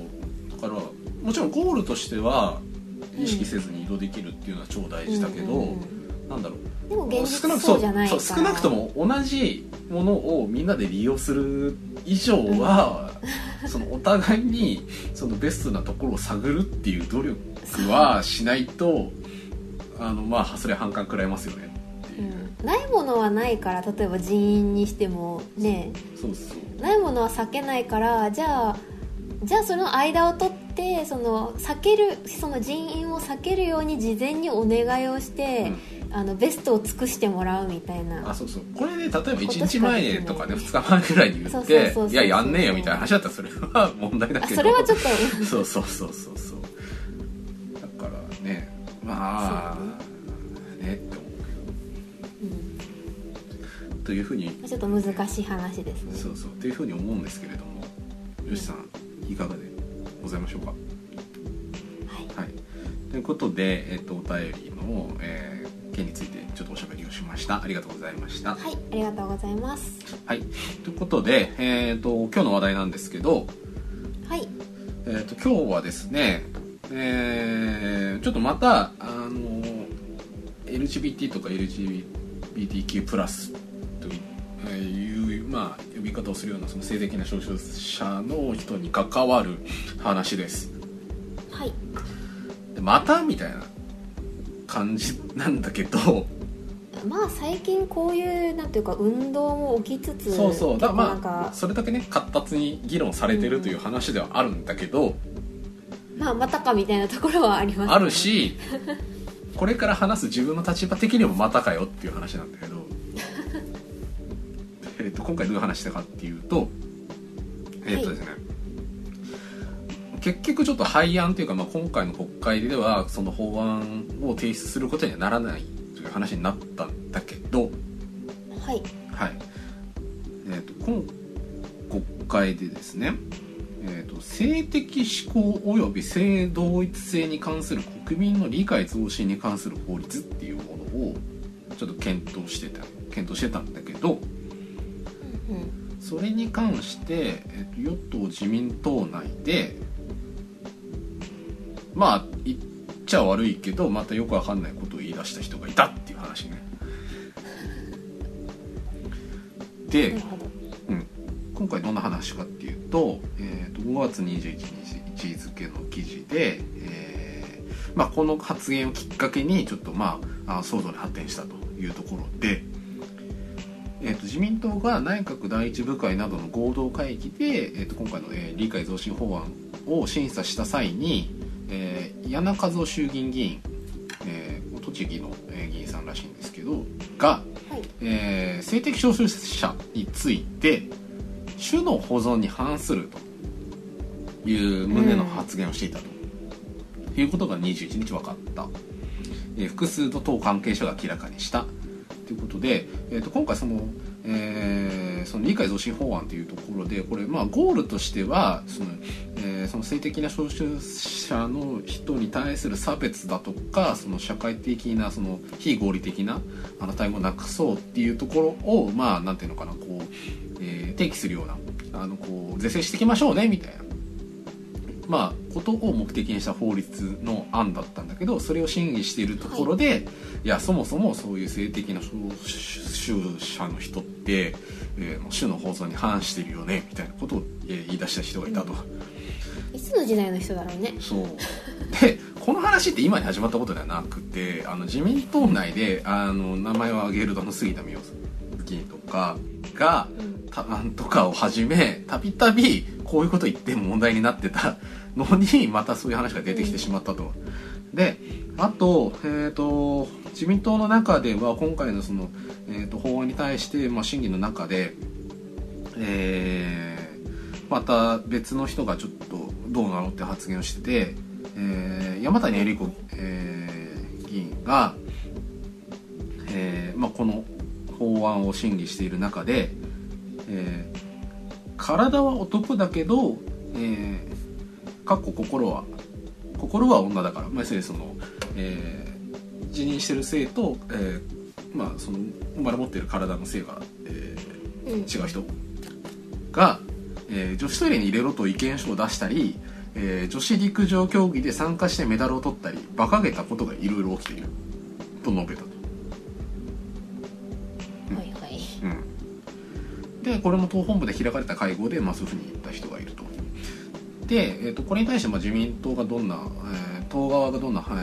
[SPEAKER 1] だからもちろんゴールとしては意識せずに移動できるっていうのは超大事だけど、うんうんうん、なんだろう、
[SPEAKER 2] でも現実そうじゃないから、
[SPEAKER 1] 少なくとも同じものをみんなで利用する以上は、うん、そのお互いにそのベストなところを探るっていう努力はしないと、あのまあそれ反感食らいますよねっていう、
[SPEAKER 2] うん、ないものはないから、例えば人員にしてもね、
[SPEAKER 1] そうそう
[SPEAKER 2] ないものは避けないから、じゃあじゃあその間を取ってその避けるその人員を避けるように事前にお願いをして、うん、あのベストを尽くしてもらうみたいな。
[SPEAKER 1] あ、そうそう。これで、ね、例えばいちにちまえとかねふつかまえぐらいに言っていややんねえよみたいな話だったらそれは問題だけど、
[SPEAKER 2] それはちょっと
[SPEAKER 1] そうそうそうそうそうだからね、まあねって思うけど、うん、というふうに
[SPEAKER 2] ちょっと難しい話ですね。
[SPEAKER 1] そうそうというふうに思うんですけれども、よしさん、うん、いかがでございましょうか。はい、はい、ということで、えー、とお便りの、えー、件についてちょっとおしゃべりをしました。ありがとうございました。
[SPEAKER 2] はい、ありがとうございます。
[SPEAKER 1] はい、ということで、えー、と今日の話題なんですけど、
[SPEAKER 2] はい、
[SPEAKER 1] えー、と今日はですね、えー、ちょっとまたあの エルジービーティー とか エルジービーティーキュー プラスという、まあ、呼び方をするようなその性的な少数者の人に関わる話です。
[SPEAKER 2] はい。
[SPEAKER 1] でまたみたいな感じなんだけど、
[SPEAKER 2] まあ最近こういうなんていうか運動も起きつつ、
[SPEAKER 1] そうそうだまあそれだけね活発に議論されてるという話ではあるんだけど、
[SPEAKER 2] うん、まあまたかみたいなところはありますね。
[SPEAKER 1] あるしこれから話す自分の立場的にもまたかよっていう話なんだけどえと今回どういう話したかっていうと、えっとですね、はい、結局ちょっと廃案というか、まあ、今回の国会ではその法案を提出することにはならないという話になったんだけど、
[SPEAKER 2] はい、
[SPEAKER 1] はい、えー、と今国会でですね、えー、と性的指向及び性同一性に関する国民の理解増進に関する法律っていうものをちょっと検討してた検討してたんだけど、うん、それに関して、えー、と与党自民党内でまあ言っちゃ悪いけどまたよくわかんないことを言い出した人がいたっていう話ね。で、うん、今回どんな話かっていうと、えー、とごがつにじゅういちにち付の記事で、えーまあ、この発言をきっかけにちょっとまあ騒動に発展したというところで、えー、と自民党が内閣第一部会などの合同会議で、えー、と今回の、えー、理解増進法案を審査した際に、えー、矢名和夫衆議院議員、えー、栃木の、えー、議員さんらしいんですけどが、はい、えー、性的少数者について種の保存に反するという旨の発言をしていたと、うん、いうことがにじゅういちにち分かった、えー、複数の党関係者が明らかにしたということで、えー、と今回その、えー、その理解増進法案というところでこれ、まあ、ゴールとしてはその、えー、その性的な少数者の人に対する差別だとかその社会的なその非合理的なあの対応をなくそうっていうところをまあなんていうのかなこう、えー、提起するようなあのこう是正していきましょうねみたいなまあ、ことを目的にした法律の案だったんだけどそれを審議しているところで、はい、いやそもそもそういう性的な少数者の人って、えー、種の法則に反しているよねみたいなことを、えー、言い出した人がいたと、
[SPEAKER 2] うん、いつの時代の人だろうね。
[SPEAKER 1] そうでこの話って今に始まったことではなくてあの自民党内であの名前を挙げるとの杉田水脈議員とかが、うん、とかをはじめたびたびこういうこと言って問題になってたのにまたそういう話が出てきてしまったと、うん、であと,、えー、と自民党の中では今回のその、えー、と法案に対して、まあ、審議の中で、えー、また別の人がちょっとどうなのって発言をしてて、えー、山谷恵理子、えー、議員が、えーまあ、この法案を審議している中で、えー、体は男だけど、えー、かっこ心は心は女だから、まあ、その、えー、 自認してる性と、えー、まあその生まれ持っている体の性が、えーうん、違う人が、えー、女子トイレに入れろと意見書を出したり、えー、女子陸上競技で参加してメダルを取ったり馬鹿げたことがいろいろ起きていると述べたと、
[SPEAKER 2] うん、はいはい、
[SPEAKER 1] うん、でこれも党本部で開かれた会合で、まあ、そういうふうに言った人がいると。で、えー、とこれに対してまあ自民党がどんな、えー、党側がどんな、はい、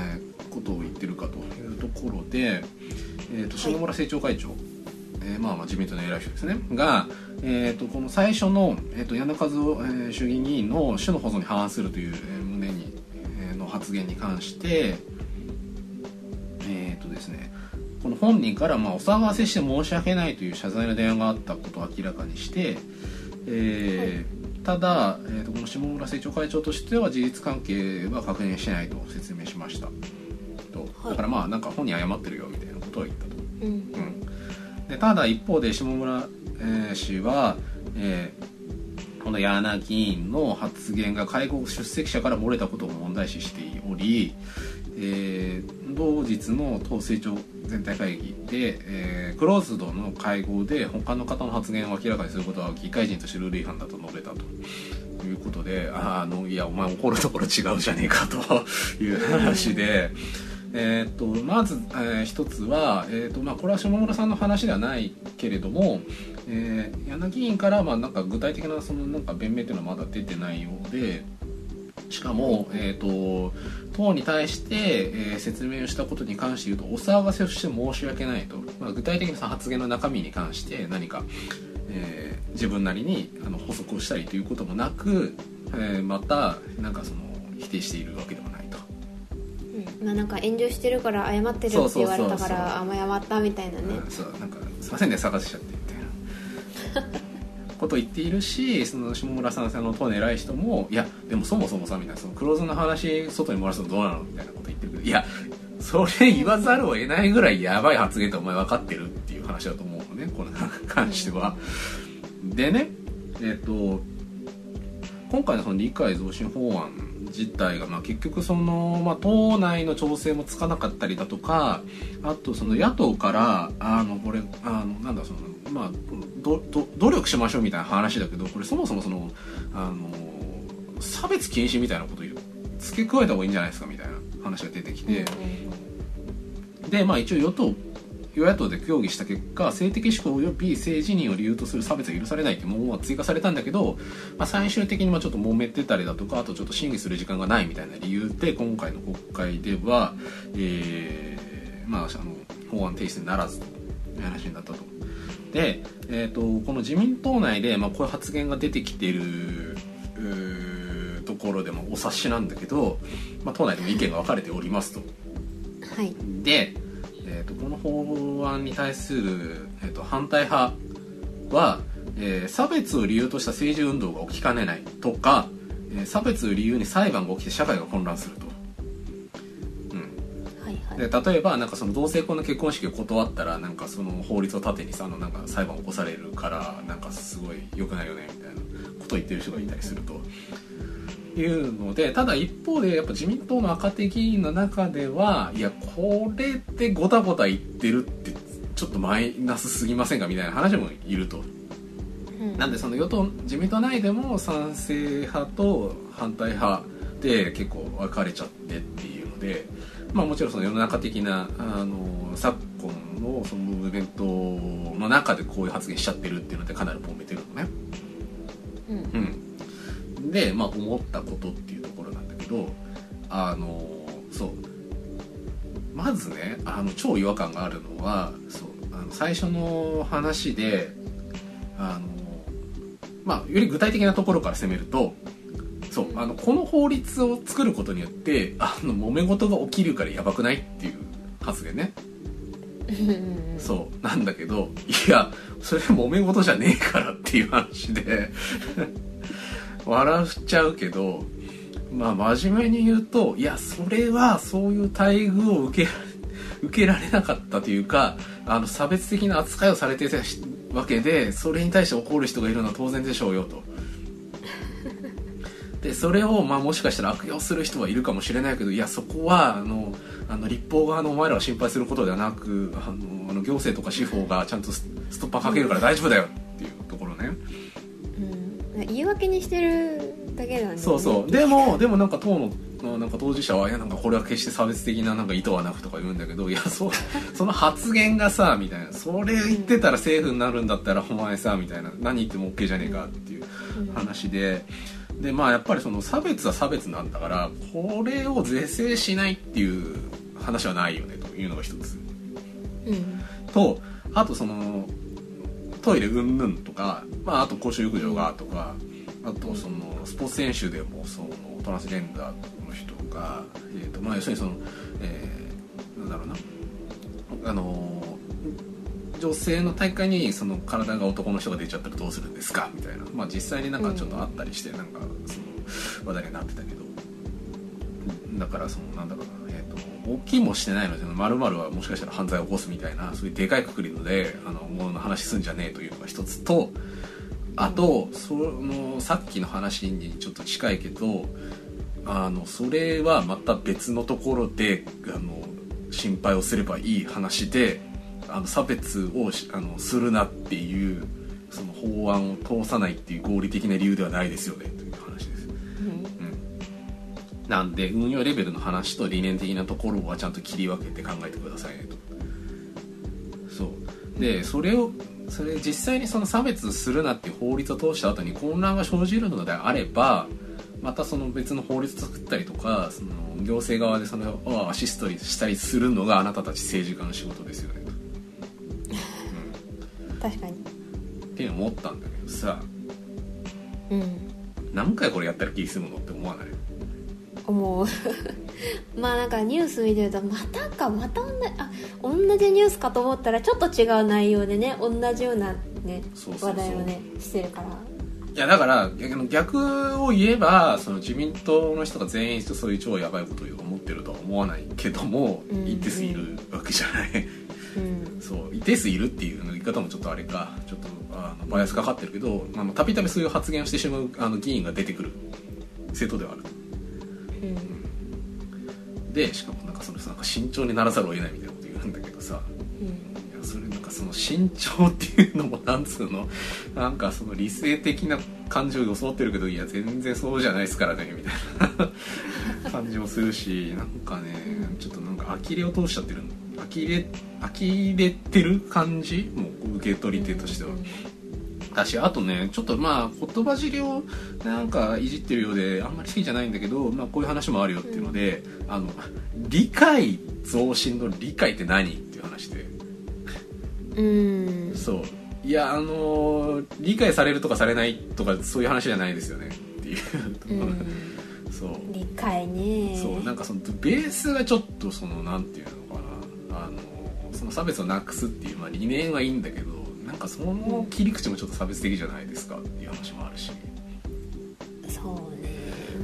[SPEAKER 1] ことを言ってるかというところで、えー、と下村政調会長、はい、えー、まあまあ自民党の偉い人ですねが、えー、とこの最初の、えー、と矢野和夫、えー、衆議院議員の種の保存に反するという、えー、旨に、えー、の発言に関してえっ、ー、とですねこの本人からまあお騒がせして申し訳ないという謝罪の電話があったことを明らかにして、えーはい、ただ、えー、とこの下村政調会長としては事実関係は確認しないと説明しましたと、はい、だからまあなんか本人謝ってるよみたいなことを言ったと、うんうん、でただ一方で下村、えー、氏は、えー、この柳議員の発言が会合出席者から漏れたことを問題視しており、えー、同日の党政調全体会議で、えー、クローズドの会合で他の方の発言を明らかにすることは議会人としてルール違反だと述べたということで、あのいやお前怒るところ違うじゃねえかという話で、えー、とまず、えー、一つは、えーとまあ、これは下村さんの話ではないけれども、えー、柳議員からまあなんか具体的なそのなんか弁明というのはまだ出てないようで、しかも、えー、と党に対して、えー、説明をしたことに関して言うとお騒がせをして申し訳ないと、まあ、具体的な発言の中身に関して何か、えー、自分なりにあの補足をしたりということもなく、えー、またなんかその否定しているわけでもないと、
[SPEAKER 2] うん、まあ、なんか炎上してるから謝ってるって言われたからあんま謝ったみたいなね、
[SPEAKER 1] うん、そうなんかすいませんね探しちゃってみたいなことを言っているし、その下村さんの党の偉い人もいやでもそもそもさみたいなそのクローズの話外に漏らすのどうなのみたいなこと言ってるけど、いやそれ言わざるを得ないぐらいやばい発言ってお前分かってるっていう話だと思うのねこれに関しては。でねえっと今回のその理解増進法案自体が、まあ、結局その、まあ、党内の調整もつかなかったりだとか、あとその野党からあのこれあのなんだそのまあどど努力しましょうみたいな話だけど、これそもそもそのあの差別禁止みたいなことを付け加えた方がいいんじゃないですかみたいな話が出てきて、でまあ一応与党与野党で協議した結果、性的指向及び性自認を理由とする差別は許されないという文言が追加されたんだけど、まあ、最終的にまあちょっと揉めてたりだとか、あとちょっと審議する時間がないみたいな理由で今回の国会では、えーまあ、あの法案提出にならずという話になったと。で、えー、とこの自民党内で、まあ、こういう発言が出てきているところでもお察しなんだけど、まあ、党内でも意見が分かれておりますと。
[SPEAKER 2] はい、
[SPEAKER 1] でえー、とこの法案に対する、えー、と反対派は、えー、差別を理由とした政治運動が起きかねないとか、えー、差別を理由に裁判が起きて社会が混乱すると、うんはいはい、で例えばなんかその同性婚の結婚式を断ったらなんかその法律を盾にさあのなんか裁判を起こされるからなんかすごい良くないよねみたいなことを言ってる人がいたりするというので、ただ一方でやっぱ自民党の若手議員の中ではいやこれってゴタゴタ言ってるってちょっとマイナスすぎませんかみたいな話もいると、うん、なんでその与党自民党内でも賛成派と反対派で結構分かれちゃってっていうので、まあもちろんその世の中的なあの昨今のそのムーブメントの中でこういう発言しちゃってるっていうのでかなり揉めてるのね。うん、うんで、まあ、思ったことっていうところなんだけど、あのそうまずねあの超違和感があるのはそうあの最初の話であの、まあ、より具体的なところから攻めるとそうあのこの法律を作ることによってあの揉め事が起きるからやばくないっていう発言ねそうなんだけどいやそれ揉め事じゃねえからっていう話で笑っちゃうけど、まあ真面目に言うといやそれはそういう待遇を受け受けられなかったというかあの差別的な扱いをされていたわけでそれに対して怒る人がいるのは当然でしょうよとでそれをまあもしかしたら悪用する人はいるかもしれないけど、いやそこはあのあの立法側のお前らを心配することではなく、あのあの行政とか司法がちゃんとストッパーかけるから大丈夫だよっていうところね、
[SPEAKER 2] うん、言い訳にしてるだけなんで、ね、
[SPEAKER 1] そうそうでもでもなんか党のなんか当事者は、いやなんかこれは決して差別的ななんか意図はなくとか言うんだけど、いや そ, その発言がさみたいな、それ言ってたら政府になるんだったらお前さみたいな、何言っても OK じゃねえかっていう話で、でまあやっぱりその差別は差別なんだから、これを是正しないっていう話はないよねというのが一つ、うん、とあとそのトイレうんぬんとか、まあ、あと公衆浴場がとか、あとそのスポーツ選手でもそのトランスジェンダーの人が、えーとまあ、要するにその、えー、なんだろうな、あの女性の大会にその体が男の人が出ちゃったらどうするんですかみたいな、まあ、実際になんかちょっとあったりして、なんかその話題になってたけど、だからそのなんだろうな、えーと大きいもしてないので〇〇はもしかしたら犯罪を起こすみたいな、そういうでかいくくりのであのものの話すんじゃねえというのが一つと、あとそのさっきの話にちょっと近いけど、あのそれはまた別のところであの心配をすればいい話で、あの差別をあのするなっていうその法案を通さないっていう合理的な理由ではないですよねという話です、うんうん、なんで運用レベルの話と理念的なところはちゃんと切り分けて考えてくださいねと。そうでそれをそれ実際にその差別するなっていう法律を通した後に混乱が生じるのであれば、またその別の法律作ったりとか、その行政側でそれをアシストしたりするのがあなたたち政治家の仕事ですよねと、
[SPEAKER 2] うん、確かに
[SPEAKER 1] っていうの思ったんだけどさ、
[SPEAKER 2] うん、
[SPEAKER 1] 何回これやったら気済むのって思わない？
[SPEAKER 2] 思うまあなんかニュース見てるとまたかまた同じあ同じニュースかと思ったらちょっと違う内容でね、同じようなね
[SPEAKER 1] そうそうそう
[SPEAKER 2] 話題をねしてるから。
[SPEAKER 1] いやだから逆を言えば、その自民党の人が全員そういう超やばいことを思ってるとは思わないけども、うん、一定数いるわけじゃない、うん、そう一定数いるっていう言い方もちょっとあれか、ちょっとあのバイアスかかってるけど、たびたびそういう発言をしてしまうあの議員が出てくる政党ではあると、うん、でしかもなんかそのなんか慎重にならざるを得ないみたいなこと言うんだけどさ、うん、いやそれなんかその慎重っていうのもなんつうの、なんかその理性的な感情を装ってるけど、いや全然そうじゃないですからねみたいな感じもするし、なんかねちょっとなんか呆れを通しちゃってる呆れ呆れてる感じもう受け取り手としては。私あとねちょっとまあ言葉尻をなんかいじってるようであんまり好きじゃないんだけど、まあ、こういう話もあるよっていうので、うん、あの理解増進の理解って何っていう話で、うんそういやあの理解されるとかされないとかそういう話じゃないですよねっていう、うん、そう
[SPEAKER 2] 理解ね、
[SPEAKER 1] そうなんかそのベースがちょっとそのなんていうのかな、あのその差別をなくすっていう、まあ、理念はいいんだけど、なんかその切り口もちょっと差別的じゃないですかっていう話もあるし、
[SPEAKER 2] そうね、うん、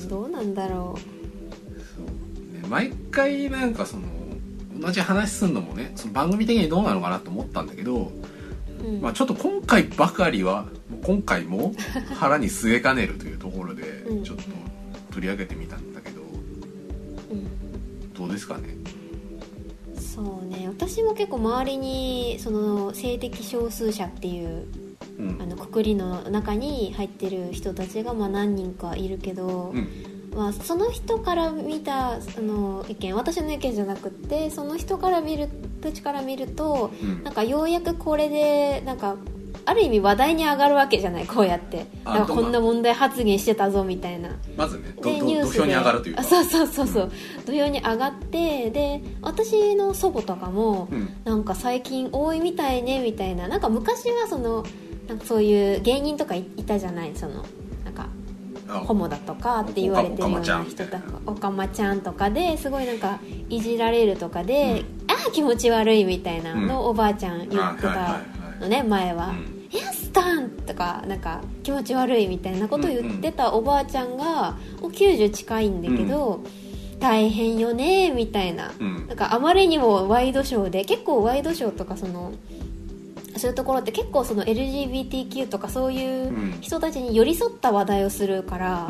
[SPEAKER 2] どうなんだろう。
[SPEAKER 1] そうね、毎回なんかその同じ話すんのもね、その番組的にどうなのかなと思ったんだけど、うん、まあ、ちょっと今回ばかりは今回も腹に据えかねるというところでちょっと取り上げてみたんだけど、うん、どうですかね。
[SPEAKER 2] そうね、私も結構周りにその性的少数者っていう、うん、あの括りの中に入ってる人たちがまあ何人かいるけど、うん、まあ、その人から見たあの意見、私の意見じゃなくってその人から見る口から見ると、うん、なんかようやくこれでなんかある意味話題に上がるわけじゃない、こうやってなんかこんな問題発言してたぞみたいな、
[SPEAKER 1] まずねどど土俵に上がるというか、
[SPEAKER 2] そうそうそうそう、うん、土俵に上がって、で私の祖母とかも、うん、なんか最近多いみたいねみたいな、なんか昔はそのなんかそういう芸人とかいたじゃない、そのなんかホモだとかって言われてるような人とか、おかまちゃんとかですごいなんかいじられるとかで、うん、ああ気持ち悪いみたいなのをおばあちゃん言ってたのね、前は、うん、いやスタンとかなんか気持ち悪いみたいなことを言ってたおばあちゃんがもうきゅうじゅう近いんだけど、うん、大変よねみたいな、うん、なんかあまりにもワイドショーで結構ワイドショーとかそのそういうところって結構その エルジービーティーキュー とかそういう人たちに寄り添った話題をするから、うん、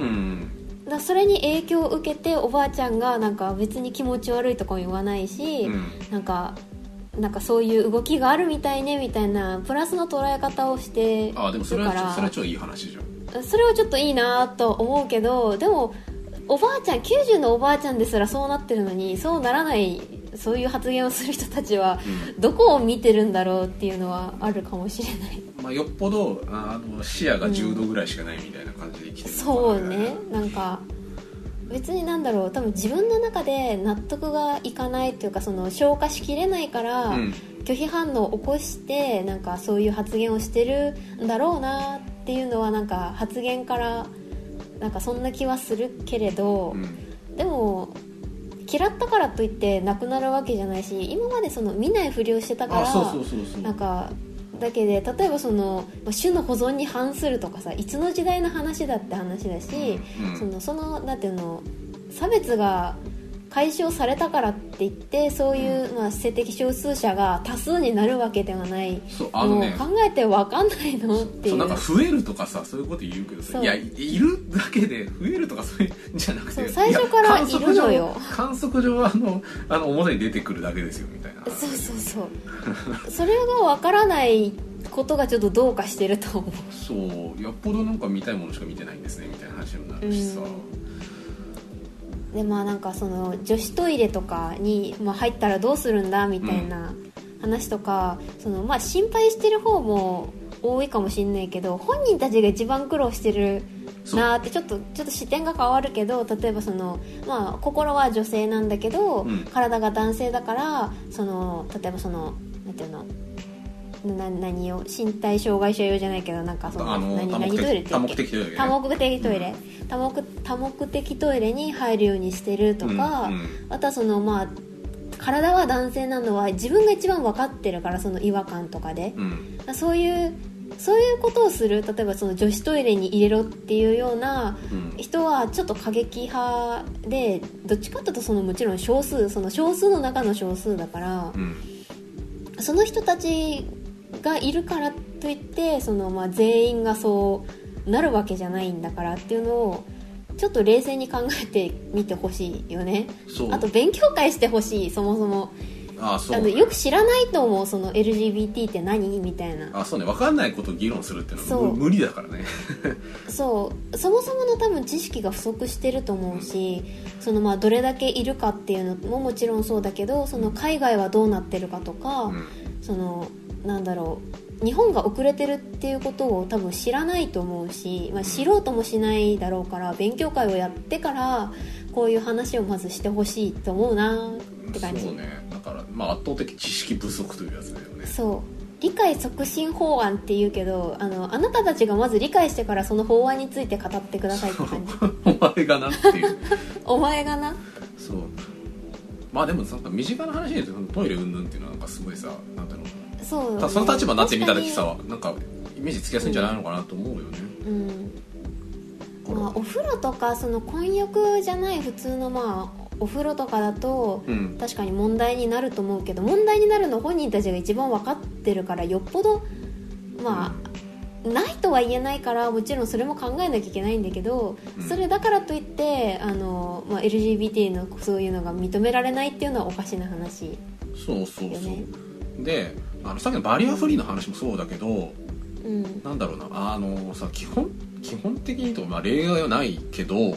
[SPEAKER 2] だからそれに影響を受けておばあちゃんがなんか別に気持ち悪いとかも言わないし、うん、なんかなんかそういう動きがあるみたいねみたいなプラスの捉え方をしてるから、
[SPEAKER 1] あでもそれはそれはちょっといい話じゃん。
[SPEAKER 2] それはちょっといいなと思うけど、でもおばあちゃんきゅうじゅうのおばあちゃんですらそうなってるのにそうならないそういう発言をする人たちはどこを見てるんだろうっていうのはあるかもしれない、
[SPEAKER 1] うんまあ、よっぽどあの視野がじゅうどぐらいしかないみたいな感じで生きてる、
[SPEAKER 2] うん、そうね。なんか別になんだろう、多分自分の中で納得がいかないというかその消化しきれないから、うん、拒否反応を起こしてなんかそういう発言をしてるんだろうなっていうのはなんか発言からなんかそんな気はするけれど、うん、でも嫌ったからといってなくなるわけじゃないし、今までその見ないふりをしてたからなんかだけで、例えばその種の保存に反するとかさ、いつの時代の話だって話だし、うん、そのそのなんていうの差別が解消されたからって言ってそういう、まあ、性的少数者が多数になるわけではない。
[SPEAKER 1] そうあの、ね、
[SPEAKER 2] もう考えて分かんないのっていう。
[SPEAKER 1] そうなんか増えるとかさそういうこと言うけどさ、いやいるだけで増えるとかそういうんじゃなくて、
[SPEAKER 2] 最初からいるのよ。
[SPEAKER 1] 観測上はあのあの表に出てくるだけですよみたいな。
[SPEAKER 2] そうそうそうそれが分からないことがちょっとどうかしてると思う。
[SPEAKER 1] そうよっぽどなんか見たいものしか見てないんですねみたいな話になるしさ、
[SPEAKER 2] でまあなんかその女子トイレとかに、まあ、入ったらどうするんだみたいな話とか、うん、そのまあ心配してる方も多いかもしれないけど本人たちが一番苦労してるなってちょっとちょっと視点が変わるけど、例えばその、まあ、心は女性なんだけど、うん、体が男性だからその例えばそのなんていうのな何を身体障害者用じゃないけどなんかその何何トイレって
[SPEAKER 1] 多目的トイレ
[SPEAKER 2] 多目的トイレ、うん、多目多目的トイレに入るようにしてるとか、うんうん、あとはそのまあ体は男性なのは自分が一番分かってるからその違和感とかで、うん、そういうそういうことをする、例えばその女子トイレに入れろっていうような人はちょっと過激派で、どっちかというとそのもちろん少数その少数の中の少数だから、うん、その人たちがいるからといってそのまあ全員がそうなるわけじゃないんだからっていうのをちょっと冷静に考えてみてほしいよね。あと勉強会してほしい。そもそもああそう、ね、あのよく知らないと思うその エルジービーティー って何みたいな。
[SPEAKER 1] あそうね、分かんないことを議論するっていうのは無理だからね
[SPEAKER 2] そうそもそもの多分知識が不足してると思うし、うん、そのまあどれだけいるかっていうのももちろんそうだけど、その海外はどうなってるかとか、うん、そのなんだろう日本が遅れてるっていうことを多分知らないと思うし、まあ、知ろうともしないだろうから勉強会をやってからこういう話をまずしてほしいと思うなって感じ。
[SPEAKER 1] そうね、だからまあ圧倒的知識不足というやつだよね。
[SPEAKER 2] そう理解促進法案って言うけど あのあなたたちがまず理解してからその法案について語ってくださいって感じ
[SPEAKER 1] お前がなっていう
[SPEAKER 2] お前がな
[SPEAKER 1] そうまあでもなんか身近な話で言うとトイレ云々っていうのはなんかすごいさなんだろう
[SPEAKER 2] そう、
[SPEAKER 1] その立場になってみた時さなんかイメージつきやすいんじゃないのかなと思うよね、
[SPEAKER 2] うんうんまあ、お風呂とかその混浴じゃない普通のまあお風呂とかだと、うん、確かに問題になると思うけど問題になるの本人たちが一番分かってるからよっぽどまあ、うん、ないとは言えないからもちろんそれも考えなきゃいけないんだけど、うん、それだからといってあの、まあ、エルジービーティー のそういうのが認められないっていうのはおかしな話、ね、
[SPEAKER 1] そうそうそうであのさっきのバリアフリーの話もそうだけど、うん、なんだろうなあのさ基本基本的に言うと、まあ、例外はないけど、うん、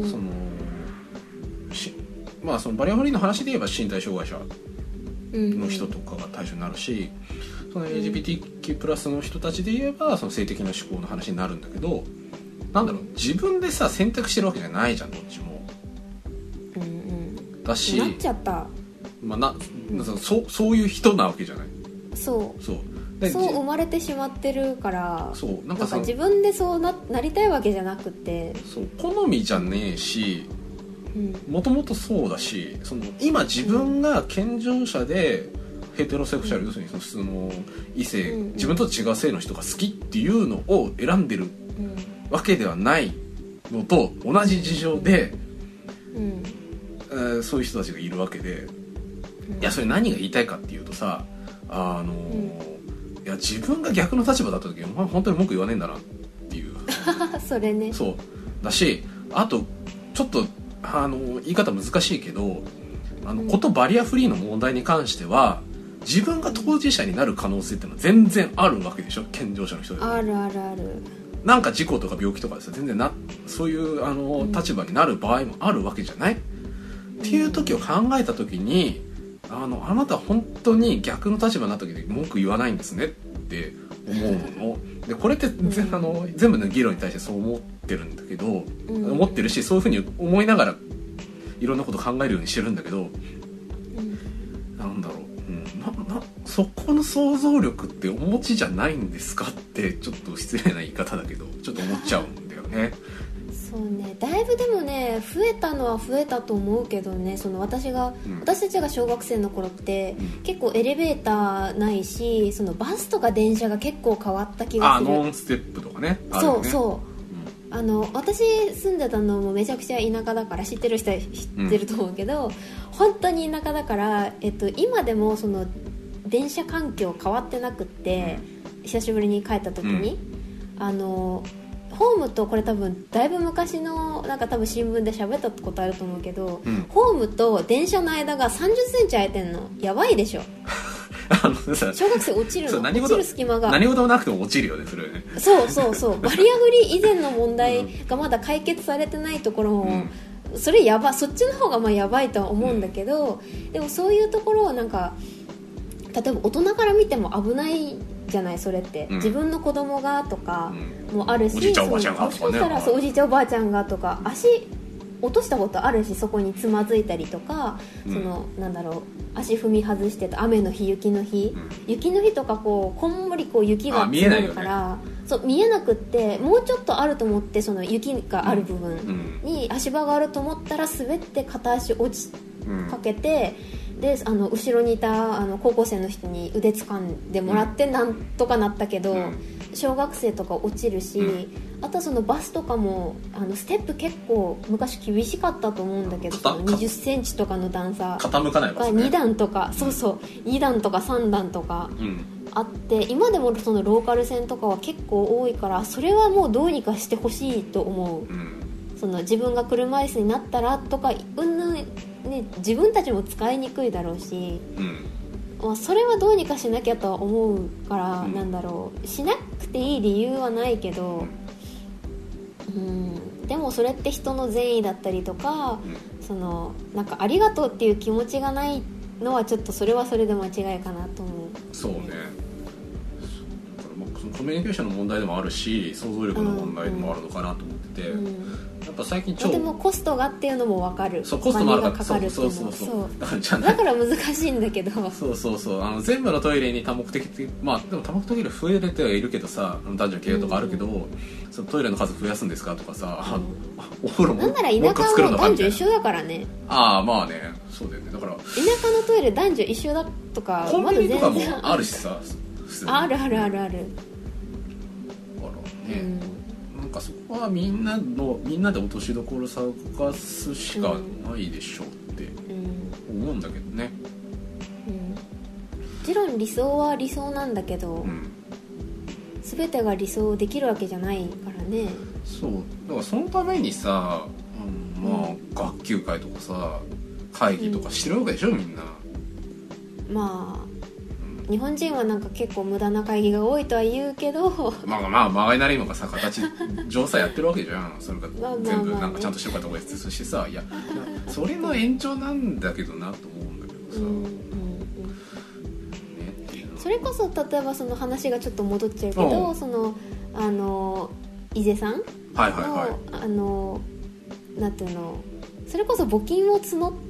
[SPEAKER 1] そのまあそのバリアフリーの話で言えば身体障害者の人とかが対象になるし、うん、その エルジービーティーキュー プラスの人たちで言えばその性的な思考の話になるんだけど、なんだろう自分でさ選択してるわけじゃないじゃんどっちも、
[SPEAKER 2] うんうん、
[SPEAKER 1] だし
[SPEAKER 2] なっちゃった
[SPEAKER 1] まあ、なそ, そういう人なわけじゃない。
[SPEAKER 2] そう
[SPEAKER 1] そう
[SPEAKER 2] でそう生まれてしまってるから
[SPEAKER 1] そう
[SPEAKER 2] なんか自分でそう な, なりたいわけじゃなくて
[SPEAKER 1] そう好みじゃねえしもともとそうだしその今自分が健常者でヘテロセクシャル、うん、要するにその普通の異性、うんうん、自分と違う性の人が好きっていうのを選んでるわけではないのと同じ事情で、うんえー、そういう人たちがいるわけでいやそれ何が言いたいかっていうとさあの、うん、 いや自分が逆の立場だった時お前本当に文句言わねえんだなっていう
[SPEAKER 2] それね。
[SPEAKER 1] そうだし、あとちょっとあの言い方難しいけど、あの、うん、ことバリアフリーの問題に関しては自分が当事者になる可能性っていうのは全然あるわけでしょ、健常者の人でも。
[SPEAKER 2] あるあるある。
[SPEAKER 1] なんか事故とか病気とかですよ、全然なそういうあの、うん、立場になる場合もあるわけじゃない、うん、っていう時を考えた時に、あのあなた本当に逆の立場になった時に文句言わないんですねって思うので、これって、うん、あの全部の議論に対してそう思ってるんだけど、うん、思ってるし、そういうふうに思いながらいろんなこと考えるようにしてるんだけど、うん、なんだろう、うん、ななそこの想像力ってお持ちじゃないんですかってちょっと失礼な言い方だけどちょっと思っちゃうんだよね。
[SPEAKER 2] そうね、だいぶでもね増えたのは増えたと思うけどね、その私が、うん、私たちが小学生の頃って、うん、結構エレベーターないし、そのバスとか電車が結構変わった気がする。
[SPEAKER 1] あ、ノンステップとかね。
[SPEAKER 2] あるよね。そうそう、うん、あの私住んでたのもめちゃくちゃ田舎だから知ってる人は知ってると思うけど、うん、本当に田舎だから、えっと、今でもその電車環境変わってなくって、うん、久しぶりに帰った時に、うん、あのホームと、これ多分だいぶ昔のなんか多分新聞で喋ったことあると思うけど、うん、ホームと電車の間がさんじゅっセンチ空いてんのやばいでしょあのさ小学生落ちるの、落ちる隙間が
[SPEAKER 1] 何事もなくても落ちるよね、それね。
[SPEAKER 2] そうそうそうバリアフリー以前の問題がまだ解決されてないところも、うん、それやば、そっちの方がまあやばいとは思うんだけど、うん、でもそういうところはなんか例えば大人から見ても危ないじゃない、それって、うん、自分の子供がとかもあるし、
[SPEAKER 1] うん、おじいちゃんおばあちゃんがとかね、
[SPEAKER 2] そうおじいちゃんおばあちゃんがとか足落としたことあるし、そこにつまずいたりとか、うん、そのなんだろう、足踏み外してた雨の日、雪の日、うん、雪の日とかこうこんもりこう雪が積もるから、ね、そう見えなくって、もうちょっとあると思って、その雪がある部分に足場があると思ったら滑って片足落ちかけて、うん、であの後ろにいたあの高校生の人に腕掴んでもらってなんとかなったけど、うん、小学生とか落ちるし、うん、あとはそのバスとかもあのステップ結構昔厳しかったと思うんだけど、そのにじゅっセンチとかの段差
[SPEAKER 1] 傾かないバスね、
[SPEAKER 2] に段とか、そうそうに段とかさん段とかあって、うん、今でもそのローカル線とかは結構多いから、それはもうどうにかしてほしいと思う、うん、その自分が車椅子になったらとかうんぬんね、自分たちも使いにくいだろうし、うんまあ、それはどうにかしなきゃとは思うから、うん、なんだろう、しなくていい理由はないけど、うん、でもそれって人の善意だったりとか、うん、そのなんかありがとうっていう気持ちがないのはちょっとそれはそれで間違いかなと思う。
[SPEAKER 1] そうね、そのコミュニケーションの問題でもあるし、想像力の問題でもあるのかなと思ってて、うんうんやっぱ最近超
[SPEAKER 2] でもコストがっていうのも分かる。
[SPEAKER 1] そうコストもあるから、
[SPEAKER 2] かかるっていうの
[SPEAKER 1] そうそうそう
[SPEAKER 2] だからじゃだから難しいんだけど
[SPEAKER 1] そうそうそうあの全部のトイレに多目的まあでも多目的トイレ増えてはいるけどさ、男女系とかあるけど、うん、そのトイレの数増やすんですかとかさ、うん、お風呂も
[SPEAKER 2] なんなら田舎はもう男女一緒だからね。
[SPEAKER 1] ああまあね、そうだよね。だから田
[SPEAKER 2] 舎のトイレ男女一緒だとか
[SPEAKER 1] コンビニとかもあるしさ
[SPEAKER 2] あるあるあるあるあらね、
[SPEAKER 1] うんなんかそこはみんなのみんなで落としどころ探すしかないでしょうって思うんだけどね、
[SPEAKER 2] うんうん、もちろん理想は理想なんだけど、うん、全てが理想できるわけじゃないからね。
[SPEAKER 1] そうだからそのためにさ、うん、まあ、うん、学級会とかさ会議とかしてるわけでしょ、うん、みんな。
[SPEAKER 2] まあ日本人はなんか結構無駄な会議が多いとは言うけど
[SPEAKER 1] まあまあ曲がりなりのがさ形上手やってるわけじゃん。それが全部なんかちゃんとしてるかとか別としてさ、いやそれの延長なんだけどなと思うんだけどさ、うんうんうんね、
[SPEAKER 2] それこそ例えばその話がちょっと戻っちゃうけど、そのあの伊勢さんの、
[SPEAKER 1] はいはいはい、
[SPEAKER 2] あのなんていうの、それこそ募金を募って、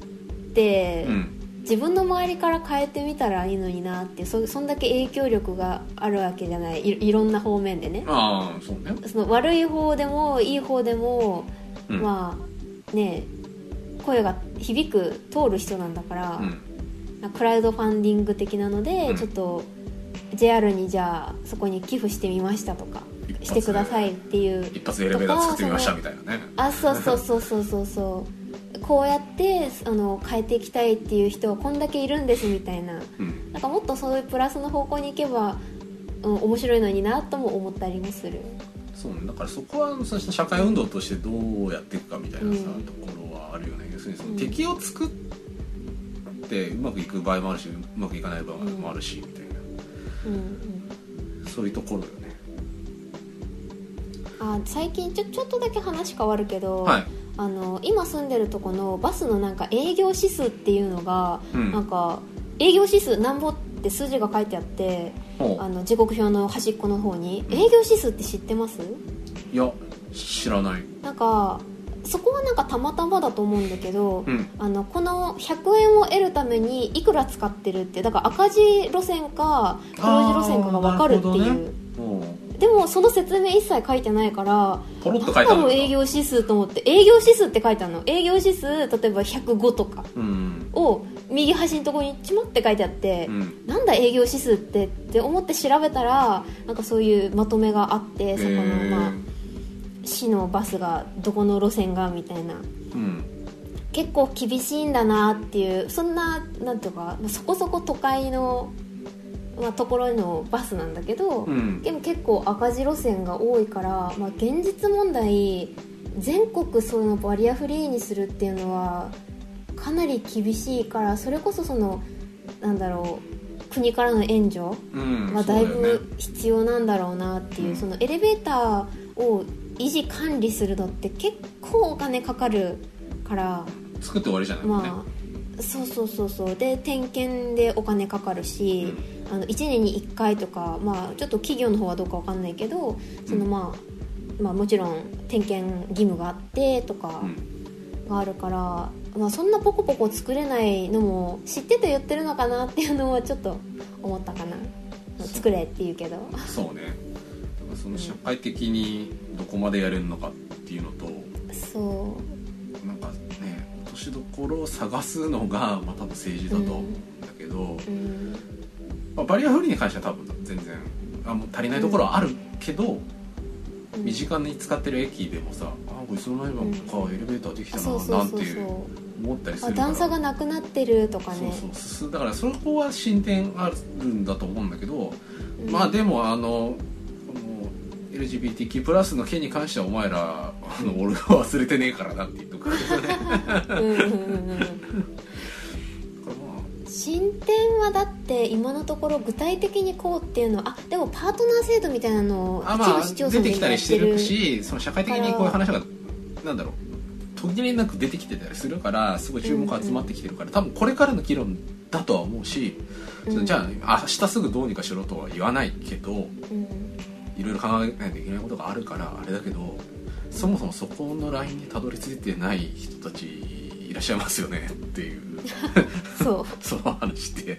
[SPEAKER 2] うん自分の周りから変えてみたらいいのになって、 そ, そんだけ影響力があるわけじゃない、 い, いろんな方面でね。
[SPEAKER 1] ああそうね。
[SPEAKER 2] その悪い方でもいい方でも、うん、まあね声が響く通る人なんだから、うん、クラウドファンディング的なので、うん、ちょっと ジェイアール にじゃあそこに寄付してみましたとかしてくださいっていう、
[SPEAKER 1] 一発エレベーター作ってみましたみたいなね。
[SPEAKER 2] あそうそうそうそうそうそうこうやってあの変えていきたいっていう人はこんだけいるんですみたいな、うん、なんかもっとそういうプラスの方向に行けばうん、面白いのになとも思ったりもする。
[SPEAKER 1] そうね、だからそこはそうした社会運動としてどうやっていくかみたいなさ、
[SPEAKER 2] うん、
[SPEAKER 1] ところはあるよね。要するにその敵を作ってうまくいく場合もあるし、うまくいかない場合もあるし、みたいな、うんうん、そういうところよね。
[SPEAKER 2] あ、最近ちょ、ちょっとだけ話変わるけど、
[SPEAKER 1] はい、
[SPEAKER 2] あの今住んでるとこのバスのなんか営業指数っていうのが、うん、なんか営業指数なんぼって数字が書いてあって、あの時刻表の端っこの方に、うん、営業指数って知ってます？
[SPEAKER 1] いや知らない。
[SPEAKER 2] なんかそこはなんかたまたまだと思うんだけど、
[SPEAKER 1] うん、
[SPEAKER 2] あのこのひゃくえんを得るためにいくら使ってるって、だから赤字路線か黒字路線かが分かるっていう、でもその説明一切書いてないから、
[SPEAKER 1] ポロッと書いてあるのか、
[SPEAKER 2] 営業指数と思って、営業指数って書いてあるの。営業指数例えばひゃくごとかを右端のところにちまって書いてあって、うん、なんだ営業指数ってって思って調べたら、なんかそういうまとめがあって、そこのまあ市のバスがどこの路線がみたいな、
[SPEAKER 1] うん、
[SPEAKER 2] 結構厳しいんだなっていう、そんななんていうかそこそこ都会のまあ、ところのバスなんだけど、
[SPEAKER 1] うん、
[SPEAKER 2] でも結構赤字路線が多いから、まあ、現実問題全国そのバリアフリーにするっていうのはかなり厳しいから、それこそそのなんだろう、国からの援助はだいぶ必要なんだろうなっていう、うん、そのエレベーターを維持管理するのって結構お金かかるから、
[SPEAKER 1] 作って終わりじゃないもんね。ま
[SPEAKER 2] あ、そうそうそうそうで点検でお金かかるし、うん、あのいちねんにいっかいとか、まあ、ちょっと企業の方はどうか分かんないけど、その、まあまあ、もちろん点検義務があってとかがあるから、まあ、そんなポコポコ作れないのも知ってて言ってるのかなっていうのはちょっと思ったかな。作れって言うけど、
[SPEAKER 1] そうね、その社会的にどこまでやれるのかっていうのと、
[SPEAKER 2] そう
[SPEAKER 1] なんかね、落としどころを探すのが、まあ、多分政治だと思うんだけど、うん、まあ、バリアフリーに関しては多分全然あもう足りないところはあるけど、うん、身近に使ってる駅でもさ、あこれその前もか、うん、エレベーターできたななんていう思ったりするから、
[SPEAKER 2] 段差がなくなってるとかね、
[SPEAKER 1] そうそう、だからそこは進展あるんだと思うんだけど、うん、まあでもあのエルジービーティーキュー プラスの件に関してはお前らあの俺は忘れてねえからなって言っとくけどねうんうんうんうん
[SPEAKER 2] 進展はだって今のところ具体的にこうっていうのは、あでもパートナー制度みたいなのを
[SPEAKER 1] 一部市町村でやってる、出てきたりしてるし、その社会的にこういう話がなんだろう途切れなく出てきてたりするから、すごい注目集まってきてるから、うんうん、多分これからの議論だとは思うし、うん、じゃあ明日すぐどうにかしろとは言わないけど、うん、いろいろ考えないといけないことがあるからあれだけど、そもそもそこのラインにたどり着いてない人たちいらっしゃいますよねっていう
[SPEAKER 2] そう
[SPEAKER 1] その話で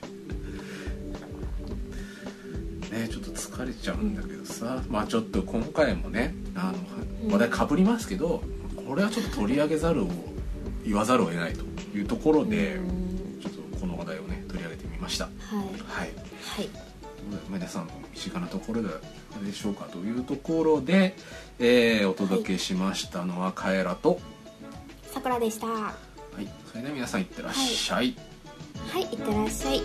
[SPEAKER 1] ね、ちょっと疲れちゃうんだけどさ、まあちょっと今回もねあの話題かぶりますけど、これはちょっと取り上げざるを言わざるを得ないというところで、ちょっとこの話題をね取り上げてみました。はい
[SPEAKER 2] はい、はい、
[SPEAKER 1] 皆さんの身近なところででしょうかというところで、えー、お届けしましたのはカエラと
[SPEAKER 2] さくらでした。は
[SPEAKER 1] い、それでは皆さんいってらっしゃい。
[SPEAKER 2] はい、はい、いってらっしゃい。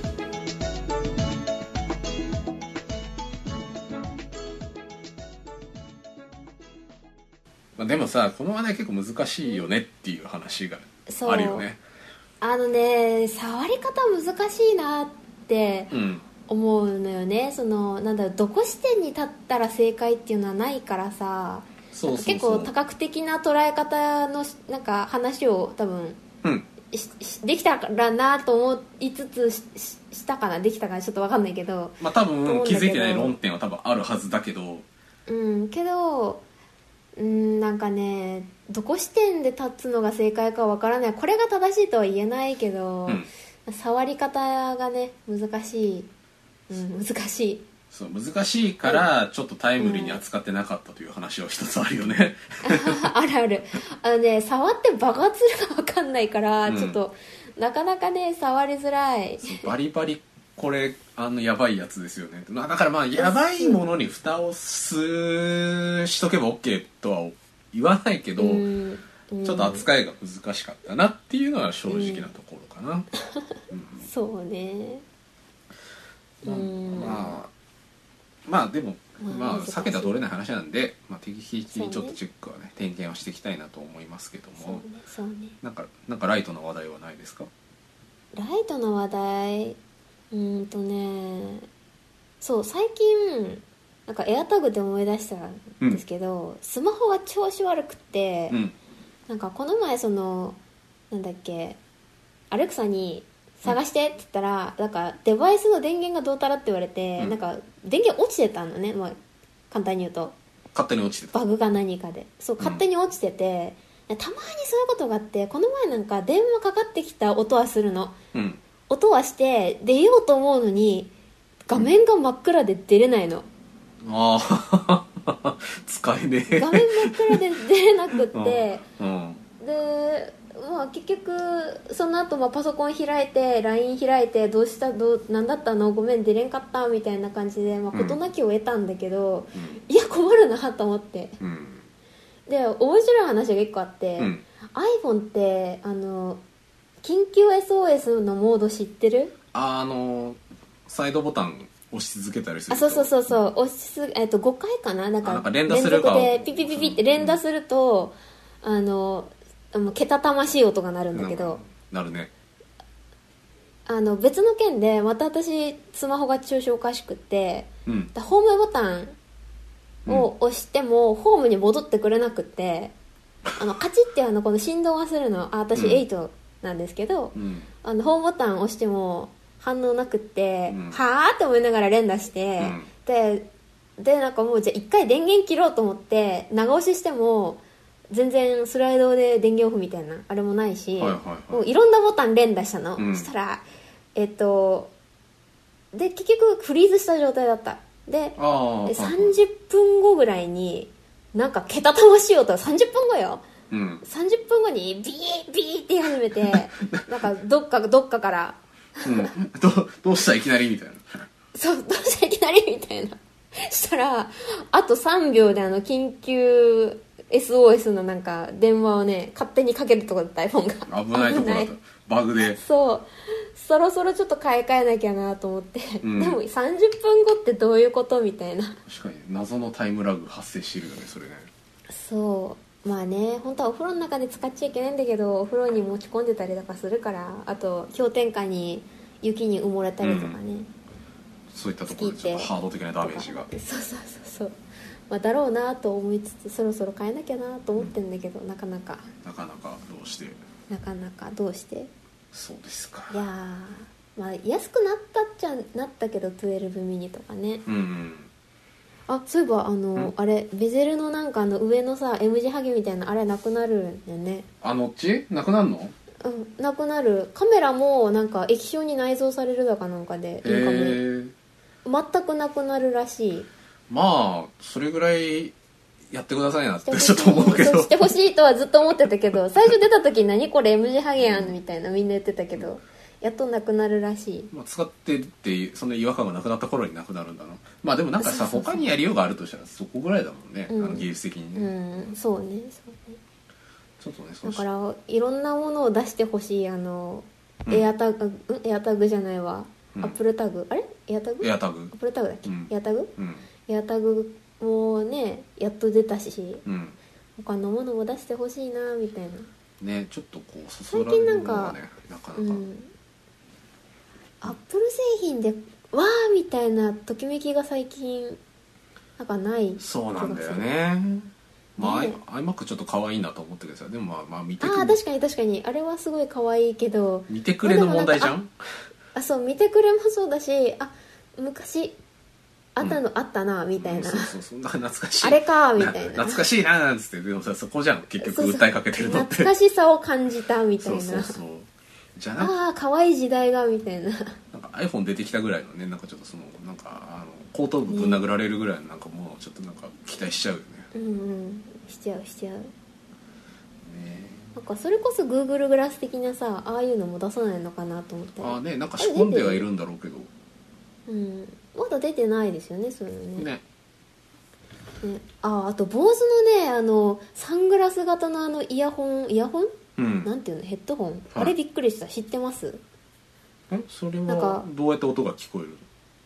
[SPEAKER 1] まあ、でもさこの話題結構難しいよねっていう話があるよね。
[SPEAKER 2] あのね触り方難しいなって思うのよね、うん、そのなんだろうどこ視点に立ったら正解っていうのはないからさ、
[SPEAKER 1] そうそうそう、
[SPEAKER 2] 結構多角的な捉え方のなんか話を多分、
[SPEAKER 1] うん、
[SPEAKER 2] できたらなと思いつつ し, したかなできたかなちょっと分かんないけど、
[SPEAKER 1] まあ多分気づいてない論点は多分あるはずだけど、
[SPEAKER 2] うんけどうんなんかねどこ視点で立つのが正解かわからない、これが正しいとは言えないけど、うん、触り方がね難しい、うん、難しい
[SPEAKER 1] そう難しいからちょっとタイムリーに扱ってなかったという話は一つあるよね、
[SPEAKER 2] うん、あるあるあのね触って爆発するかわかんないから、うん、ちょっとなかなかね触りづらい。
[SPEAKER 1] バリバリこれあのやばいやつですよね。だからまあやばいものに蓋をすしとけば OK とは言わないけど、うんうん、ちょっと扱いが難しかったなっていうのは正直なところかな、うんうん、
[SPEAKER 2] そうね、
[SPEAKER 1] まあ、まあまあでもまあ避けたら通れない話なんで、まあ、定期的にちょっとチェックはね、ね点検はしていきたいなと思いますけども、
[SPEAKER 2] そうねそうね、
[SPEAKER 1] なんかなんかライトの話題はないですか？
[SPEAKER 2] ライトの話題、うーんとね、そう最近なんかエアタグで思い出したんですけど、うん、スマホが調子悪くて、うん、なんかこの前そのなんだっけアレクサに探してって言ったら、うん、なんかデバイスの電源がどうたらって言われて、うん、なんか電源落ちてたのね、まあ、簡単に言うと
[SPEAKER 1] 勝手に落ちてた、
[SPEAKER 2] バグか何かでそう勝手に落ちてて、うん、たまにそういうことがあって、この前なんか電話かかってきた音はするの、うん、音はして出ようと思うのに画面が真っ暗で出れないの、
[SPEAKER 1] うん、ああ使えねえ
[SPEAKER 2] 画面真っ暗で出れなくって、うんうん、でまあ、結局その後まあパソコン開いて ライン 開いてどうしたどう何だったのごめん出れんかったみたいな感じで、まあ、事なきを得たんだけど、うん、いや困るなと思って、うん、で面白い話がいっこあって、うん、iPhone ってあの緊急 エスオーエス のモード知ってる？
[SPEAKER 1] ああのサイドボタン押し続けたりする
[SPEAKER 2] と、あそうそうそうそう押しす、えっと、ごかいかな、なんかなんか連打するか連続でピピピピって連打すると、うん、あのけたたましい音が鳴るんだけど、
[SPEAKER 1] なるね、
[SPEAKER 2] あの別の件でまた私スマホが調子おかしくって、うん、ホームボタンを押しても、うん、ホームに戻ってくれなくって、あのカチッてあのこの振動がするの、あ私エイトなんですけど、うん、あのホームボタン押しても反応なくって、うん、はーって思いながら連打して、うん、ででなんかもうじゃあ一回電源切ろうと思って長押ししても全然スライドで電源オフみたいなあれもないし、はいはいはい、もういろんなボタン連打したの、うん、そしたらえっとで結局フリーズした状態だった。でさんじゅっぷんごぐらいになんかけたたましい音がさんじゅっぷんごよ、うん、さんじゅっぷんごにビービーって言い始めてなんかどっかどっかから、
[SPEAKER 1] うん、ど, どうしたいきなりみたいな
[SPEAKER 2] そうどうしたいきなりみたいなしたらあとさんびょうであの緊急エスオーエス のなんか電話をね勝手にかけるとこだった iPhone が
[SPEAKER 1] 危ないとこだったバグで、
[SPEAKER 2] そうそろそろちょっと買い替えなきゃなと思って、うん、でもさんじゅっぷんごってどういうことみたいな。
[SPEAKER 1] 確かに謎のタイムラグ発生してるよねそれね。
[SPEAKER 2] そうまあね本当はお風呂の中で使っちゃいけないんだけどお風呂に持ち込んでたりとかするから、あと氷点下に雪に埋もれたりとかね、うん、
[SPEAKER 1] そういったところでちょっとハード的なダメージが
[SPEAKER 2] そうそうそうそう、まあ、だろうなと思いつつそろそろ変えなきゃなと思ってんだけど、うん、なかなか
[SPEAKER 1] なかなかどうして
[SPEAKER 2] なかなかどうして
[SPEAKER 1] そうですか。
[SPEAKER 2] いやまあ安くなったっちゃなったけどじゅうにミニとかね、うんうん、あそういえばあの、うん、あれベゼルのなんかあの上のさ M 字ハゲみたいなあれなくなるんだよね。
[SPEAKER 1] あのっちなくなるの？
[SPEAKER 2] うんなくなる。カメラもなんか液晶に内蔵されるだかなんかでインカム全くなくなるらしい。
[SPEAKER 1] まあそれぐらいやってくださいなってちょっと思うけど
[SPEAKER 2] してほしいとはずっと思ってたけど最初出た時何これ M 字ハゲやんみたいなみんな言ってたけどやっとなくなるらしい、
[SPEAKER 1] まあ、使ってってそんな違和感がなくなった頃になくなるんだな。まあでもなんかさ他にやりようがあるとしたらそこぐらいだもんね、うん、あの技術的にね、
[SPEAKER 2] うん、そうねそうね
[SPEAKER 1] ちょっとね
[SPEAKER 2] だからいろんなものを出してほしい。あの、うん、エアタグ、うん、エアタグじゃないわ、うん、アップルタグあれエアタグ
[SPEAKER 1] エアタグ
[SPEAKER 2] アップルタグだっけ、うん、エアタグ、
[SPEAKER 1] うん、
[SPEAKER 2] エアタグもうねやっと出たし、うん、他のものも出してほしいなみたいな
[SPEAKER 1] ね。ちょっとこうそそられるものがねなかなか、うん、
[SPEAKER 2] アップル製品でわーみたいなときめきが最近なんかない。
[SPEAKER 1] そうなんだよね。まあ、ね、iMac ちょっと可愛いなと思ってるけどさ、でもまあまあ見てくれ、
[SPEAKER 2] あ確かに確かにあれはすごい可愛いけど
[SPEAKER 1] 見てくれの問題じゃん。
[SPEAKER 2] あ, あそう見てくれもそうだし、あ昔あったの、うん、あったなみたいな、
[SPEAKER 1] そうそうそう懐かしい
[SPEAKER 2] あれかみたいな
[SPEAKER 1] 懐かしいななんつって、でもさそこじゃん結局訴えかけてるのって。
[SPEAKER 2] 懐かしさを感じたみたいな。
[SPEAKER 1] そうそうそうじゃな
[SPEAKER 2] ああ可愛い時代がみたいな。
[SPEAKER 1] なんか iPhone 出てきたぐらいのね、なんかちょっとそのなんかあの後頭部ぶん殴られるぐらいのなんかもうちょっとなんか期待しちゃうよね。
[SPEAKER 2] うんうんしちゃうしちゃう、ね、なんかそれこそ Google グラス的なさああいうのも出さないのかなと思って
[SPEAKER 1] ああね、なんか仕込んではいるんだろうけど、
[SPEAKER 2] うんまだ出てないですよねそういうのね。
[SPEAKER 1] ね
[SPEAKER 2] ねああと坊主のねあのサングラス型のあのイヤホンイヤホン、うん、なんていうのヘッドホン、はい、あれびっくりした。知ってます？
[SPEAKER 1] えそれはどうやって音が聞こえるの？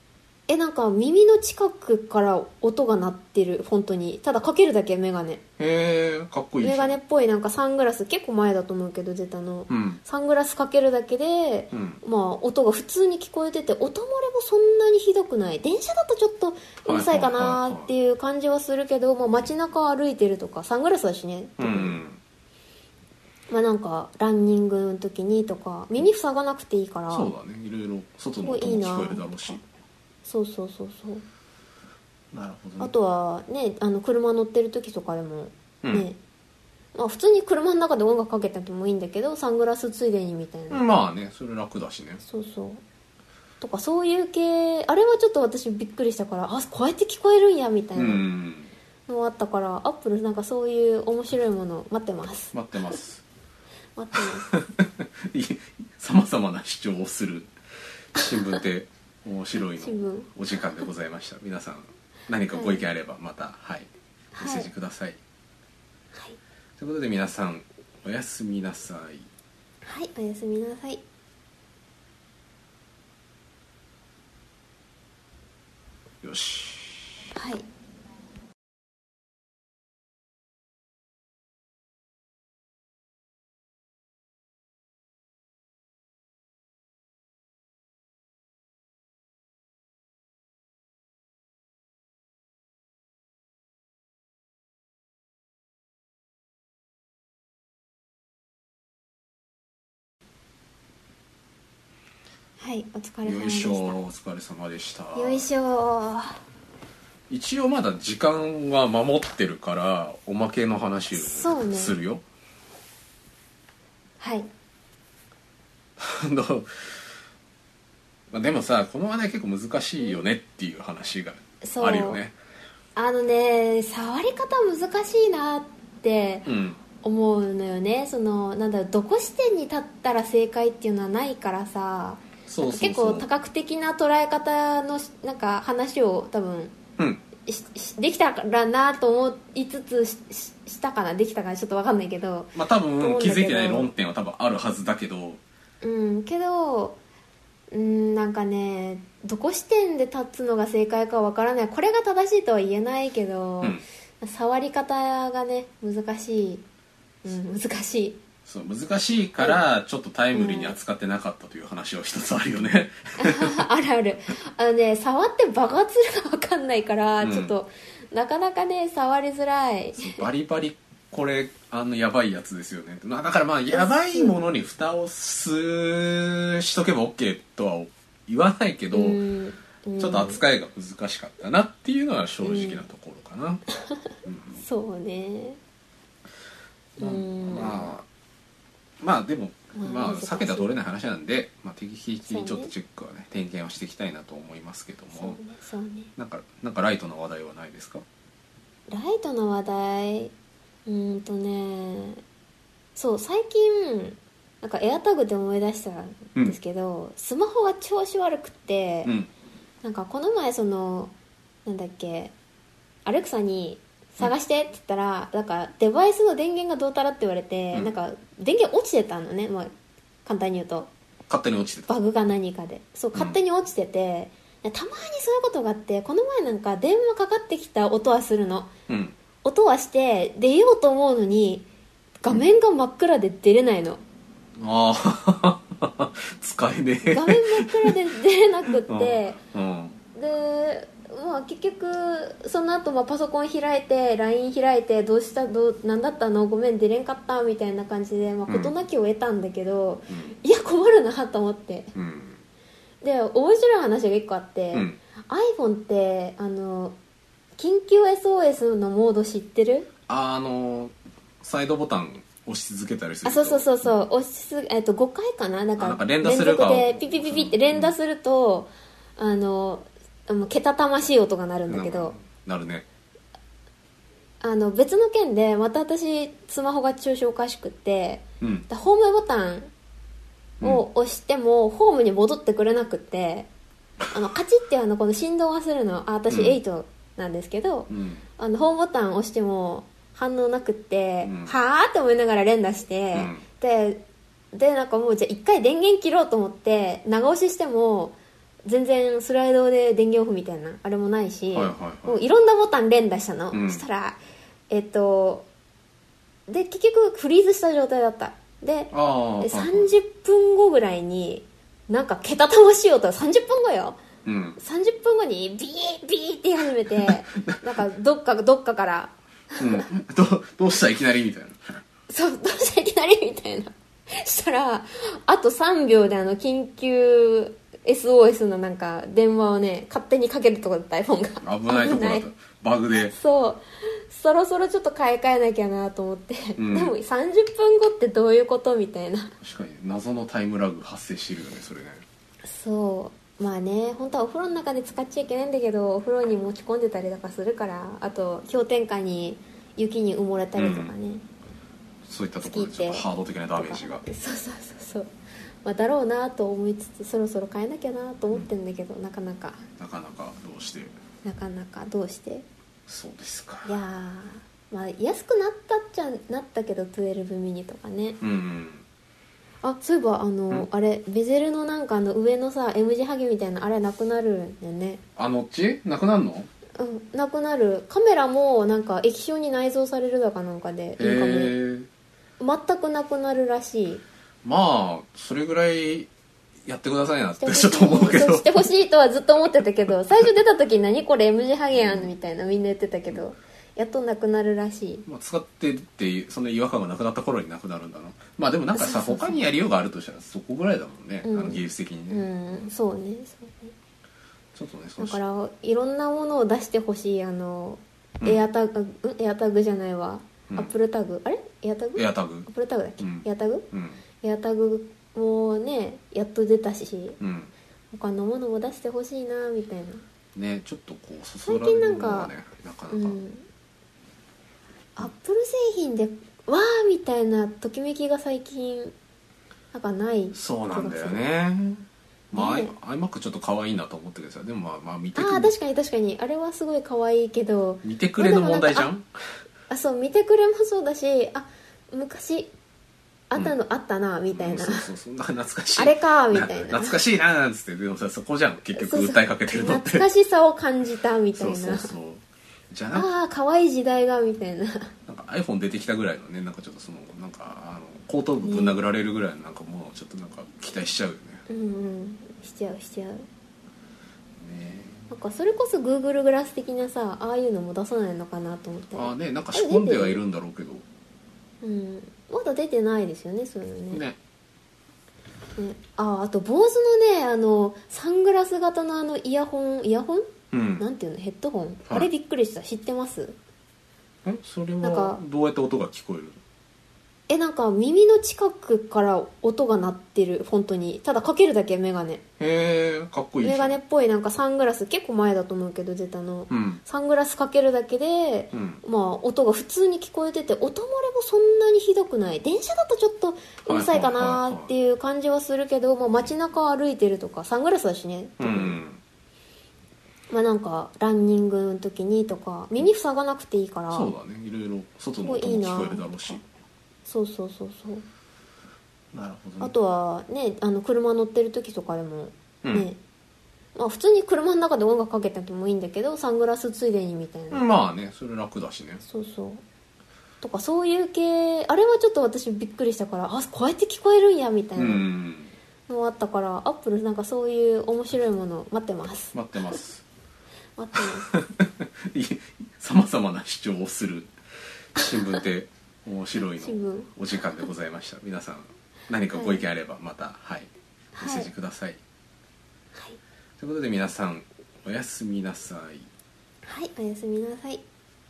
[SPEAKER 2] えなんか耳の近くから音が鳴ってる。本当にただかけるだけ。メガネ。
[SPEAKER 1] へえ、かっこいい。
[SPEAKER 2] メガネっぽいなんかサングラス、結構前だと思うけど出たの、
[SPEAKER 1] うん、
[SPEAKER 2] サングラスかけるだけで、うん、まあ音が普通に聞こえてて、音漏れもそんなにひどくない。電車だとちょっとうるさいかなっていう感じはするけど、まあ、街中歩いてるとか、サングラスだしね、
[SPEAKER 1] うん、
[SPEAKER 2] まあなんかランニングの時にとか耳塞がなくていいから、
[SPEAKER 1] そうだね、いろいろ外の音も聞こえるだろうし。
[SPEAKER 2] そうそうそうそう。
[SPEAKER 1] なるほどね。
[SPEAKER 2] あとはね、あの車乗ってる時とかでもね、うん、まあ、普通に車の中で音楽かけてもいいんだけど、サングラスついでにみたいな、
[SPEAKER 1] まあね、それ楽だしね。
[SPEAKER 2] そうそうとか、そういう系、あれはちょっと私びっくりしたから、あ、こうやって聞こえるんやみたいなのあったから、アップルなんかそういう面白いもの待ってます
[SPEAKER 1] 待ってます
[SPEAKER 2] 待ってます
[SPEAKER 1] さまざまな主張をする新聞って面白いのお時間でございました。皆さん何かご意見あればまた、はいはい、メッセージください、はい、ということで皆さんおやすみなさい。
[SPEAKER 2] はい、おやすみなさい。
[SPEAKER 1] よし、
[SPEAKER 2] はい。はい、お疲れ様でした。よいしょ、
[SPEAKER 1] お疲れ様でした。
[SPEAKER 2] よいしょ。
[SPEAKER 1] 一応まだ時間は守ってるからおまけの話をするよ。ね、
[SPEAKER 2] はい。
[SPEAKER 1] まあでもさ、この話題結構難しいよねっていう話があるよね。
[SPEAKER 2] あのね、触り方難しいなって思うのよね、うん、そのなんだろう、どこ視点に立ったら正解っていうのはないからさ。そうそうそう、結構多角的な捉え方のなんか話を多分、うん、できたらなと思いつつ し, したかなできたかなちょっと分かんないけど、
[SPEAKER 1] まあ多分気づいてない論点は多分あるはずだけど、
[SPEAKER 2] うんけどうんなんかね、どこ視点で立つのが正解か分からない。これが正しいとは言えないけど、うん、触り方がね難しい、うん、難しい。
[SPEAKER 1] そう難しいからちょっとタイムリーに扱ってなかったという話は一つあるよね、
[SPEAKER 2] うん、あるある。あのね、触って爆発するか分かんないから、うん、ちょっとなかなかね触りづらい。
[SPEAKER 1] バリバリこれあのやばいやつですよね。だからまあやばいものに蓋をすしとけば OK とは言わないけど、うんうん、ちょっと扱いが難しかったなっていうのは正直なところかな、うんうん、
[SPEAKER 2] そうね、
[SPEAKER 1] まあ、うんまあまあでも、まあ、避けた通れない話なんで、まあ、定期的にちょっとチェックはね、点検をしていきたいなと思いますけども、そうね、そうね、なんか、なんかライトな話題はないですか？
[SPEAKER 2] ライトな話題、うーんとね、そう最近なんかエアタグで思い出したんですけど、うん、スマホが調子悪くて、うん、なんかこの前そのなんだっけ、アレクサに探してって言ったら、なんかデバイスの電源がどうたらって言われて、うん、なんか電源落ちてたのね、まあ、簡単に言うと
[SPEAKER 1] 勝手に落ちてた、
[SPEAKER 2] バグか何かで、そう勝手に落ちてて、うん、たまにそういうことがあって、この前なんか電話かかってきた音はするの、うん、音はして出ようと思うのに画面が真っ暗で出れないの、
[SPEAKER 1] うん、ああ使えねえ
[SPEAKER 2] 画面真っ暗で出れなくって、うんうん、でまあ、結局その後まあパソコン開いて ライン 開いてどうしたどうなんだったのごめん出れんかったみたいな感じで、まあ、事なきを得たんだけど、うん、いや困るなと思って、うん、で面白い話がいっこあって、うん、iPhone ってあの緊急 エスオーエス のモード知ってる？
[SPEAKER 1] あ、あのサイドボタン押し続けたりすると、
[SPEAKER 2] あ、そうそうそうそう押しす、えっと、ごかいかな、なんかなんか連打するか連続でピピピピって連打すると、あのけたたましい音が鳴るんだけど、
[SPEAKER 1] なるね。
[SPEAKER 2] あの別の件でまた私スマホが調子おかしくって、うん、ホームボタンを押しても、うん、ホームに戻ってくれなくって、あのカチッてあのこの振動がするの、あ私エイトなんですけど、うん、あのホームボタン押しても反応なくって、うん、はーって思いながら連打して、うん、ででなんかもうじゃあ一回電源切ろうと思って長押ししても全然スライドで電源オフみたいなあれもないし、
[SPEAKER 1] はいはいはい、
[SPEAKER 2] もういろんなボタン連打したの、
[SPEAKER 1] うん、
[SPEAKER 2] そしたらえっとで結局フリーズした状態だった。でさんじゅっぷんごぐらいになんかけたたましい音がさんじゅっぷんごよ、
[SPEAKER 1] うん、
[SPEAKER 2] さんじゅっぷんごにビービーって言い始めてなんかどっかどっかから、
[SPEAKER 1] うん、ど, どうしたいきなりみたいな
[SPEAKER 2] そうどうしたいきなりみたいなしたらあとさんびょうであの緊急 エスオーエス のなんか電話をね勝手にかけるとこだった iPhone が
[SPEAKER 1] 危ないとこだったバグで。
[SPEAKER 2] そうそろそろちょっと買い替えなきゃなと思って、うん、でもさんじゅっぷんごってどういうことみたいな。
[SPEAKER 1] 確かに謎のタイムラグ発生してるよねそれね。
[SPEAKER 2] そうまあね本当はお風呂の中で使っちゃいけないんだけどお風呂に持ち込んでたりとかするから、あと氷点下に雪に埋もれたりとかね、うん、
[SPEAKER 1] そういったところでちょっとハード的なダメージが。
[SPEAKER 2] そうそうそうそう、まあ、だろうなと思いつつそろそろ変えなきゃなと思ってるんだけど、うん、なかなか
[SPEAKER 1] なかなかどうして
[SPEAKER 2] なかなかどうして
[SPEAKER 1] そうですか。
[SPEAKER 2] いやまあ安くなったっちゃなったけどじゅうにミニとかね、
[SPEAKER 1] うん、うん、
[SPEAKER 2] あそういえばあのあれベゼルのなんかあの上のさ M 字ハゲみたいなあれなくなるんだよね。
[SPEAKER 1] あのっちなくなるの？
[SPEAKER 2] うんなくなる。カメラもなんか液晶に内蔵されるだかなんかでインカムで全くなくなるらしい。
[SPEAKER 1] まあそれぐらいやってくださいなってちょっと思うけど
[SPEAKER 2] してほしいとはずっと思ってたけど最初出た時何これ M 字ハゲやんみたいなみんな言ってたけどやっとなくなるらしい。
[SPEAKER 1] まあ、使ってってそんな違和感がなくなった頃になくなるんだな。まあでもなんかさ他にやりようがあるとしたらそこぐらいだもんね、うん、あの技術的にね、
[SPEAKER 2] うん、そうねそうね
[SPEAKER 1] ちょっとね
[SPEAKER 2] だからいろんなものを出してほしい。あの、うん、エアタグエアタグじゃないわ、うん、アップルタグあれエアタグ
[SPEAKER 1] エアタグ
[SPEAKER 2] アップルタグだっけ、うん、エアタグ、
[SPEAKER 1] うん、
[SPEAKER 2] エアタグもねやっと出たし、
[SPEAKER 1] うん、
[SPEAKER 2] 他のものも出してほしいなみたいな
[SPEAKER 1] ね。ちょっとこうそそられるものがねなかなか、うん、
[SPEAKER 2] アップル製品でわーみたいなときめきが最近なんかない。
[SPEAKER 1] そうなんだよね。まあ、ね、iMac ちょっと可愛いなと思ってるけどさ、でもまあまあ見てくれ。
[SPEAKER 2] あ確かに確かにあれはすごい可愛いけど
[SPEAKER 1] 見てくれの問題じゃん。
[SPEAKER 2] あ, あそう見てくれもそうだし、あ昔あったの、うん、あったなみたいな、うん、
[SPEAKER 1] そうそうそう懐かしい
[SPEAKER 2] あれかみたいな
[SPEAKER 1] 懐かしいななんつって。でもさそこじゃん結局訴えかけてるのって。
[SPEAKER 2] 懐かしさを感じたみたいな。
[SPEAKER 1] そうそうそうじゃ
[SPEAKER 2] ああ可愛い時代がみたいな。
[SPEAKER 1] なんか iPhone 出てきたぐらいのねなんかちょっとそのなんかあの後頭部ぶん殴られるぐらいのなんかもうちょっとなんか期待しちゃうよね。
[SPEAKER 2] うんうんしちゃうしちゃうね。
[SPEAKER 1] なん
[SPEAKER 2] かそれこそ Google グラス的なさああいうのも出さないのかなと思って。
[SPEAKER 1] ああねなんか仕込んではいるんだろうけど、
[SPEAKER 2] うんまだ出てないですよねそういうのね。
[SPEAKER 1] ね
[SPEAKER 2] ねああと坊主のねあのサングラス型のあのイヤホンイヤホン、うん、なんていうのヘッドホン、はい、あれびっくりした。知ってます？
[SPEAKER 1] えそれはどうやって音が聞こえる？
[SPEAKER 2] えなんか耳の近くから音が鳴ってる。本当にただかけるだけメガネ。
[SPEAKER 1] へえかっこいい。
[SPEAKER 2] メガネっぽいなんかサングラス結構前だと思うけど出たの、
[SPEAKER 1] うん、
[SPEAKER 2] サングラスかけるだけで、うん、まあ音が普通に聞こえてて音漏れもそんなにひどくない。電車だとちょっとうるさいかなっていう感じはするけど、まあ、街中歩いてるとかサングラスだしね、
[SPEAKER 1] うん、
[SPEAKER 2] まあなんかランニングの時にとか耳塞がなくていいから。
[SPEAKER 1] そうだねいろいろ外の音も聞こえるだろうし。
[SPEAKER 2] そうそうそうそう
[SPEAKER 1] なるほど、ね、
[SPEAKER 2] あとはねあの車乗ってる時とかでもね、
[SPEAKER 1] うん
[SPEAKER 2] まあ、普通に車の中で音楽かけててもいいんだけどサングラスついでにみたいな、
[SPEAKER 1] まあねそれ楽だしね。
[SPEAKER 2] そうそうとかそういう系あれはちょっと私びっくりしたからあこうやって聞こえるんやみたいなのあったから、アップルなんかそういう面白いもの待ってます
[SPEAKER 1] 待ってます
[SPEAKER 2] 待ってます
[SPEAKER 1] さまざまな主張をする新聞って面白いのお時間でございました。皆さん何かご意見あればまた、はい、メッセージください、はいはい、ということで皆さんおやすみなさい。
[SPEAKER 2] はいおやすみなさい。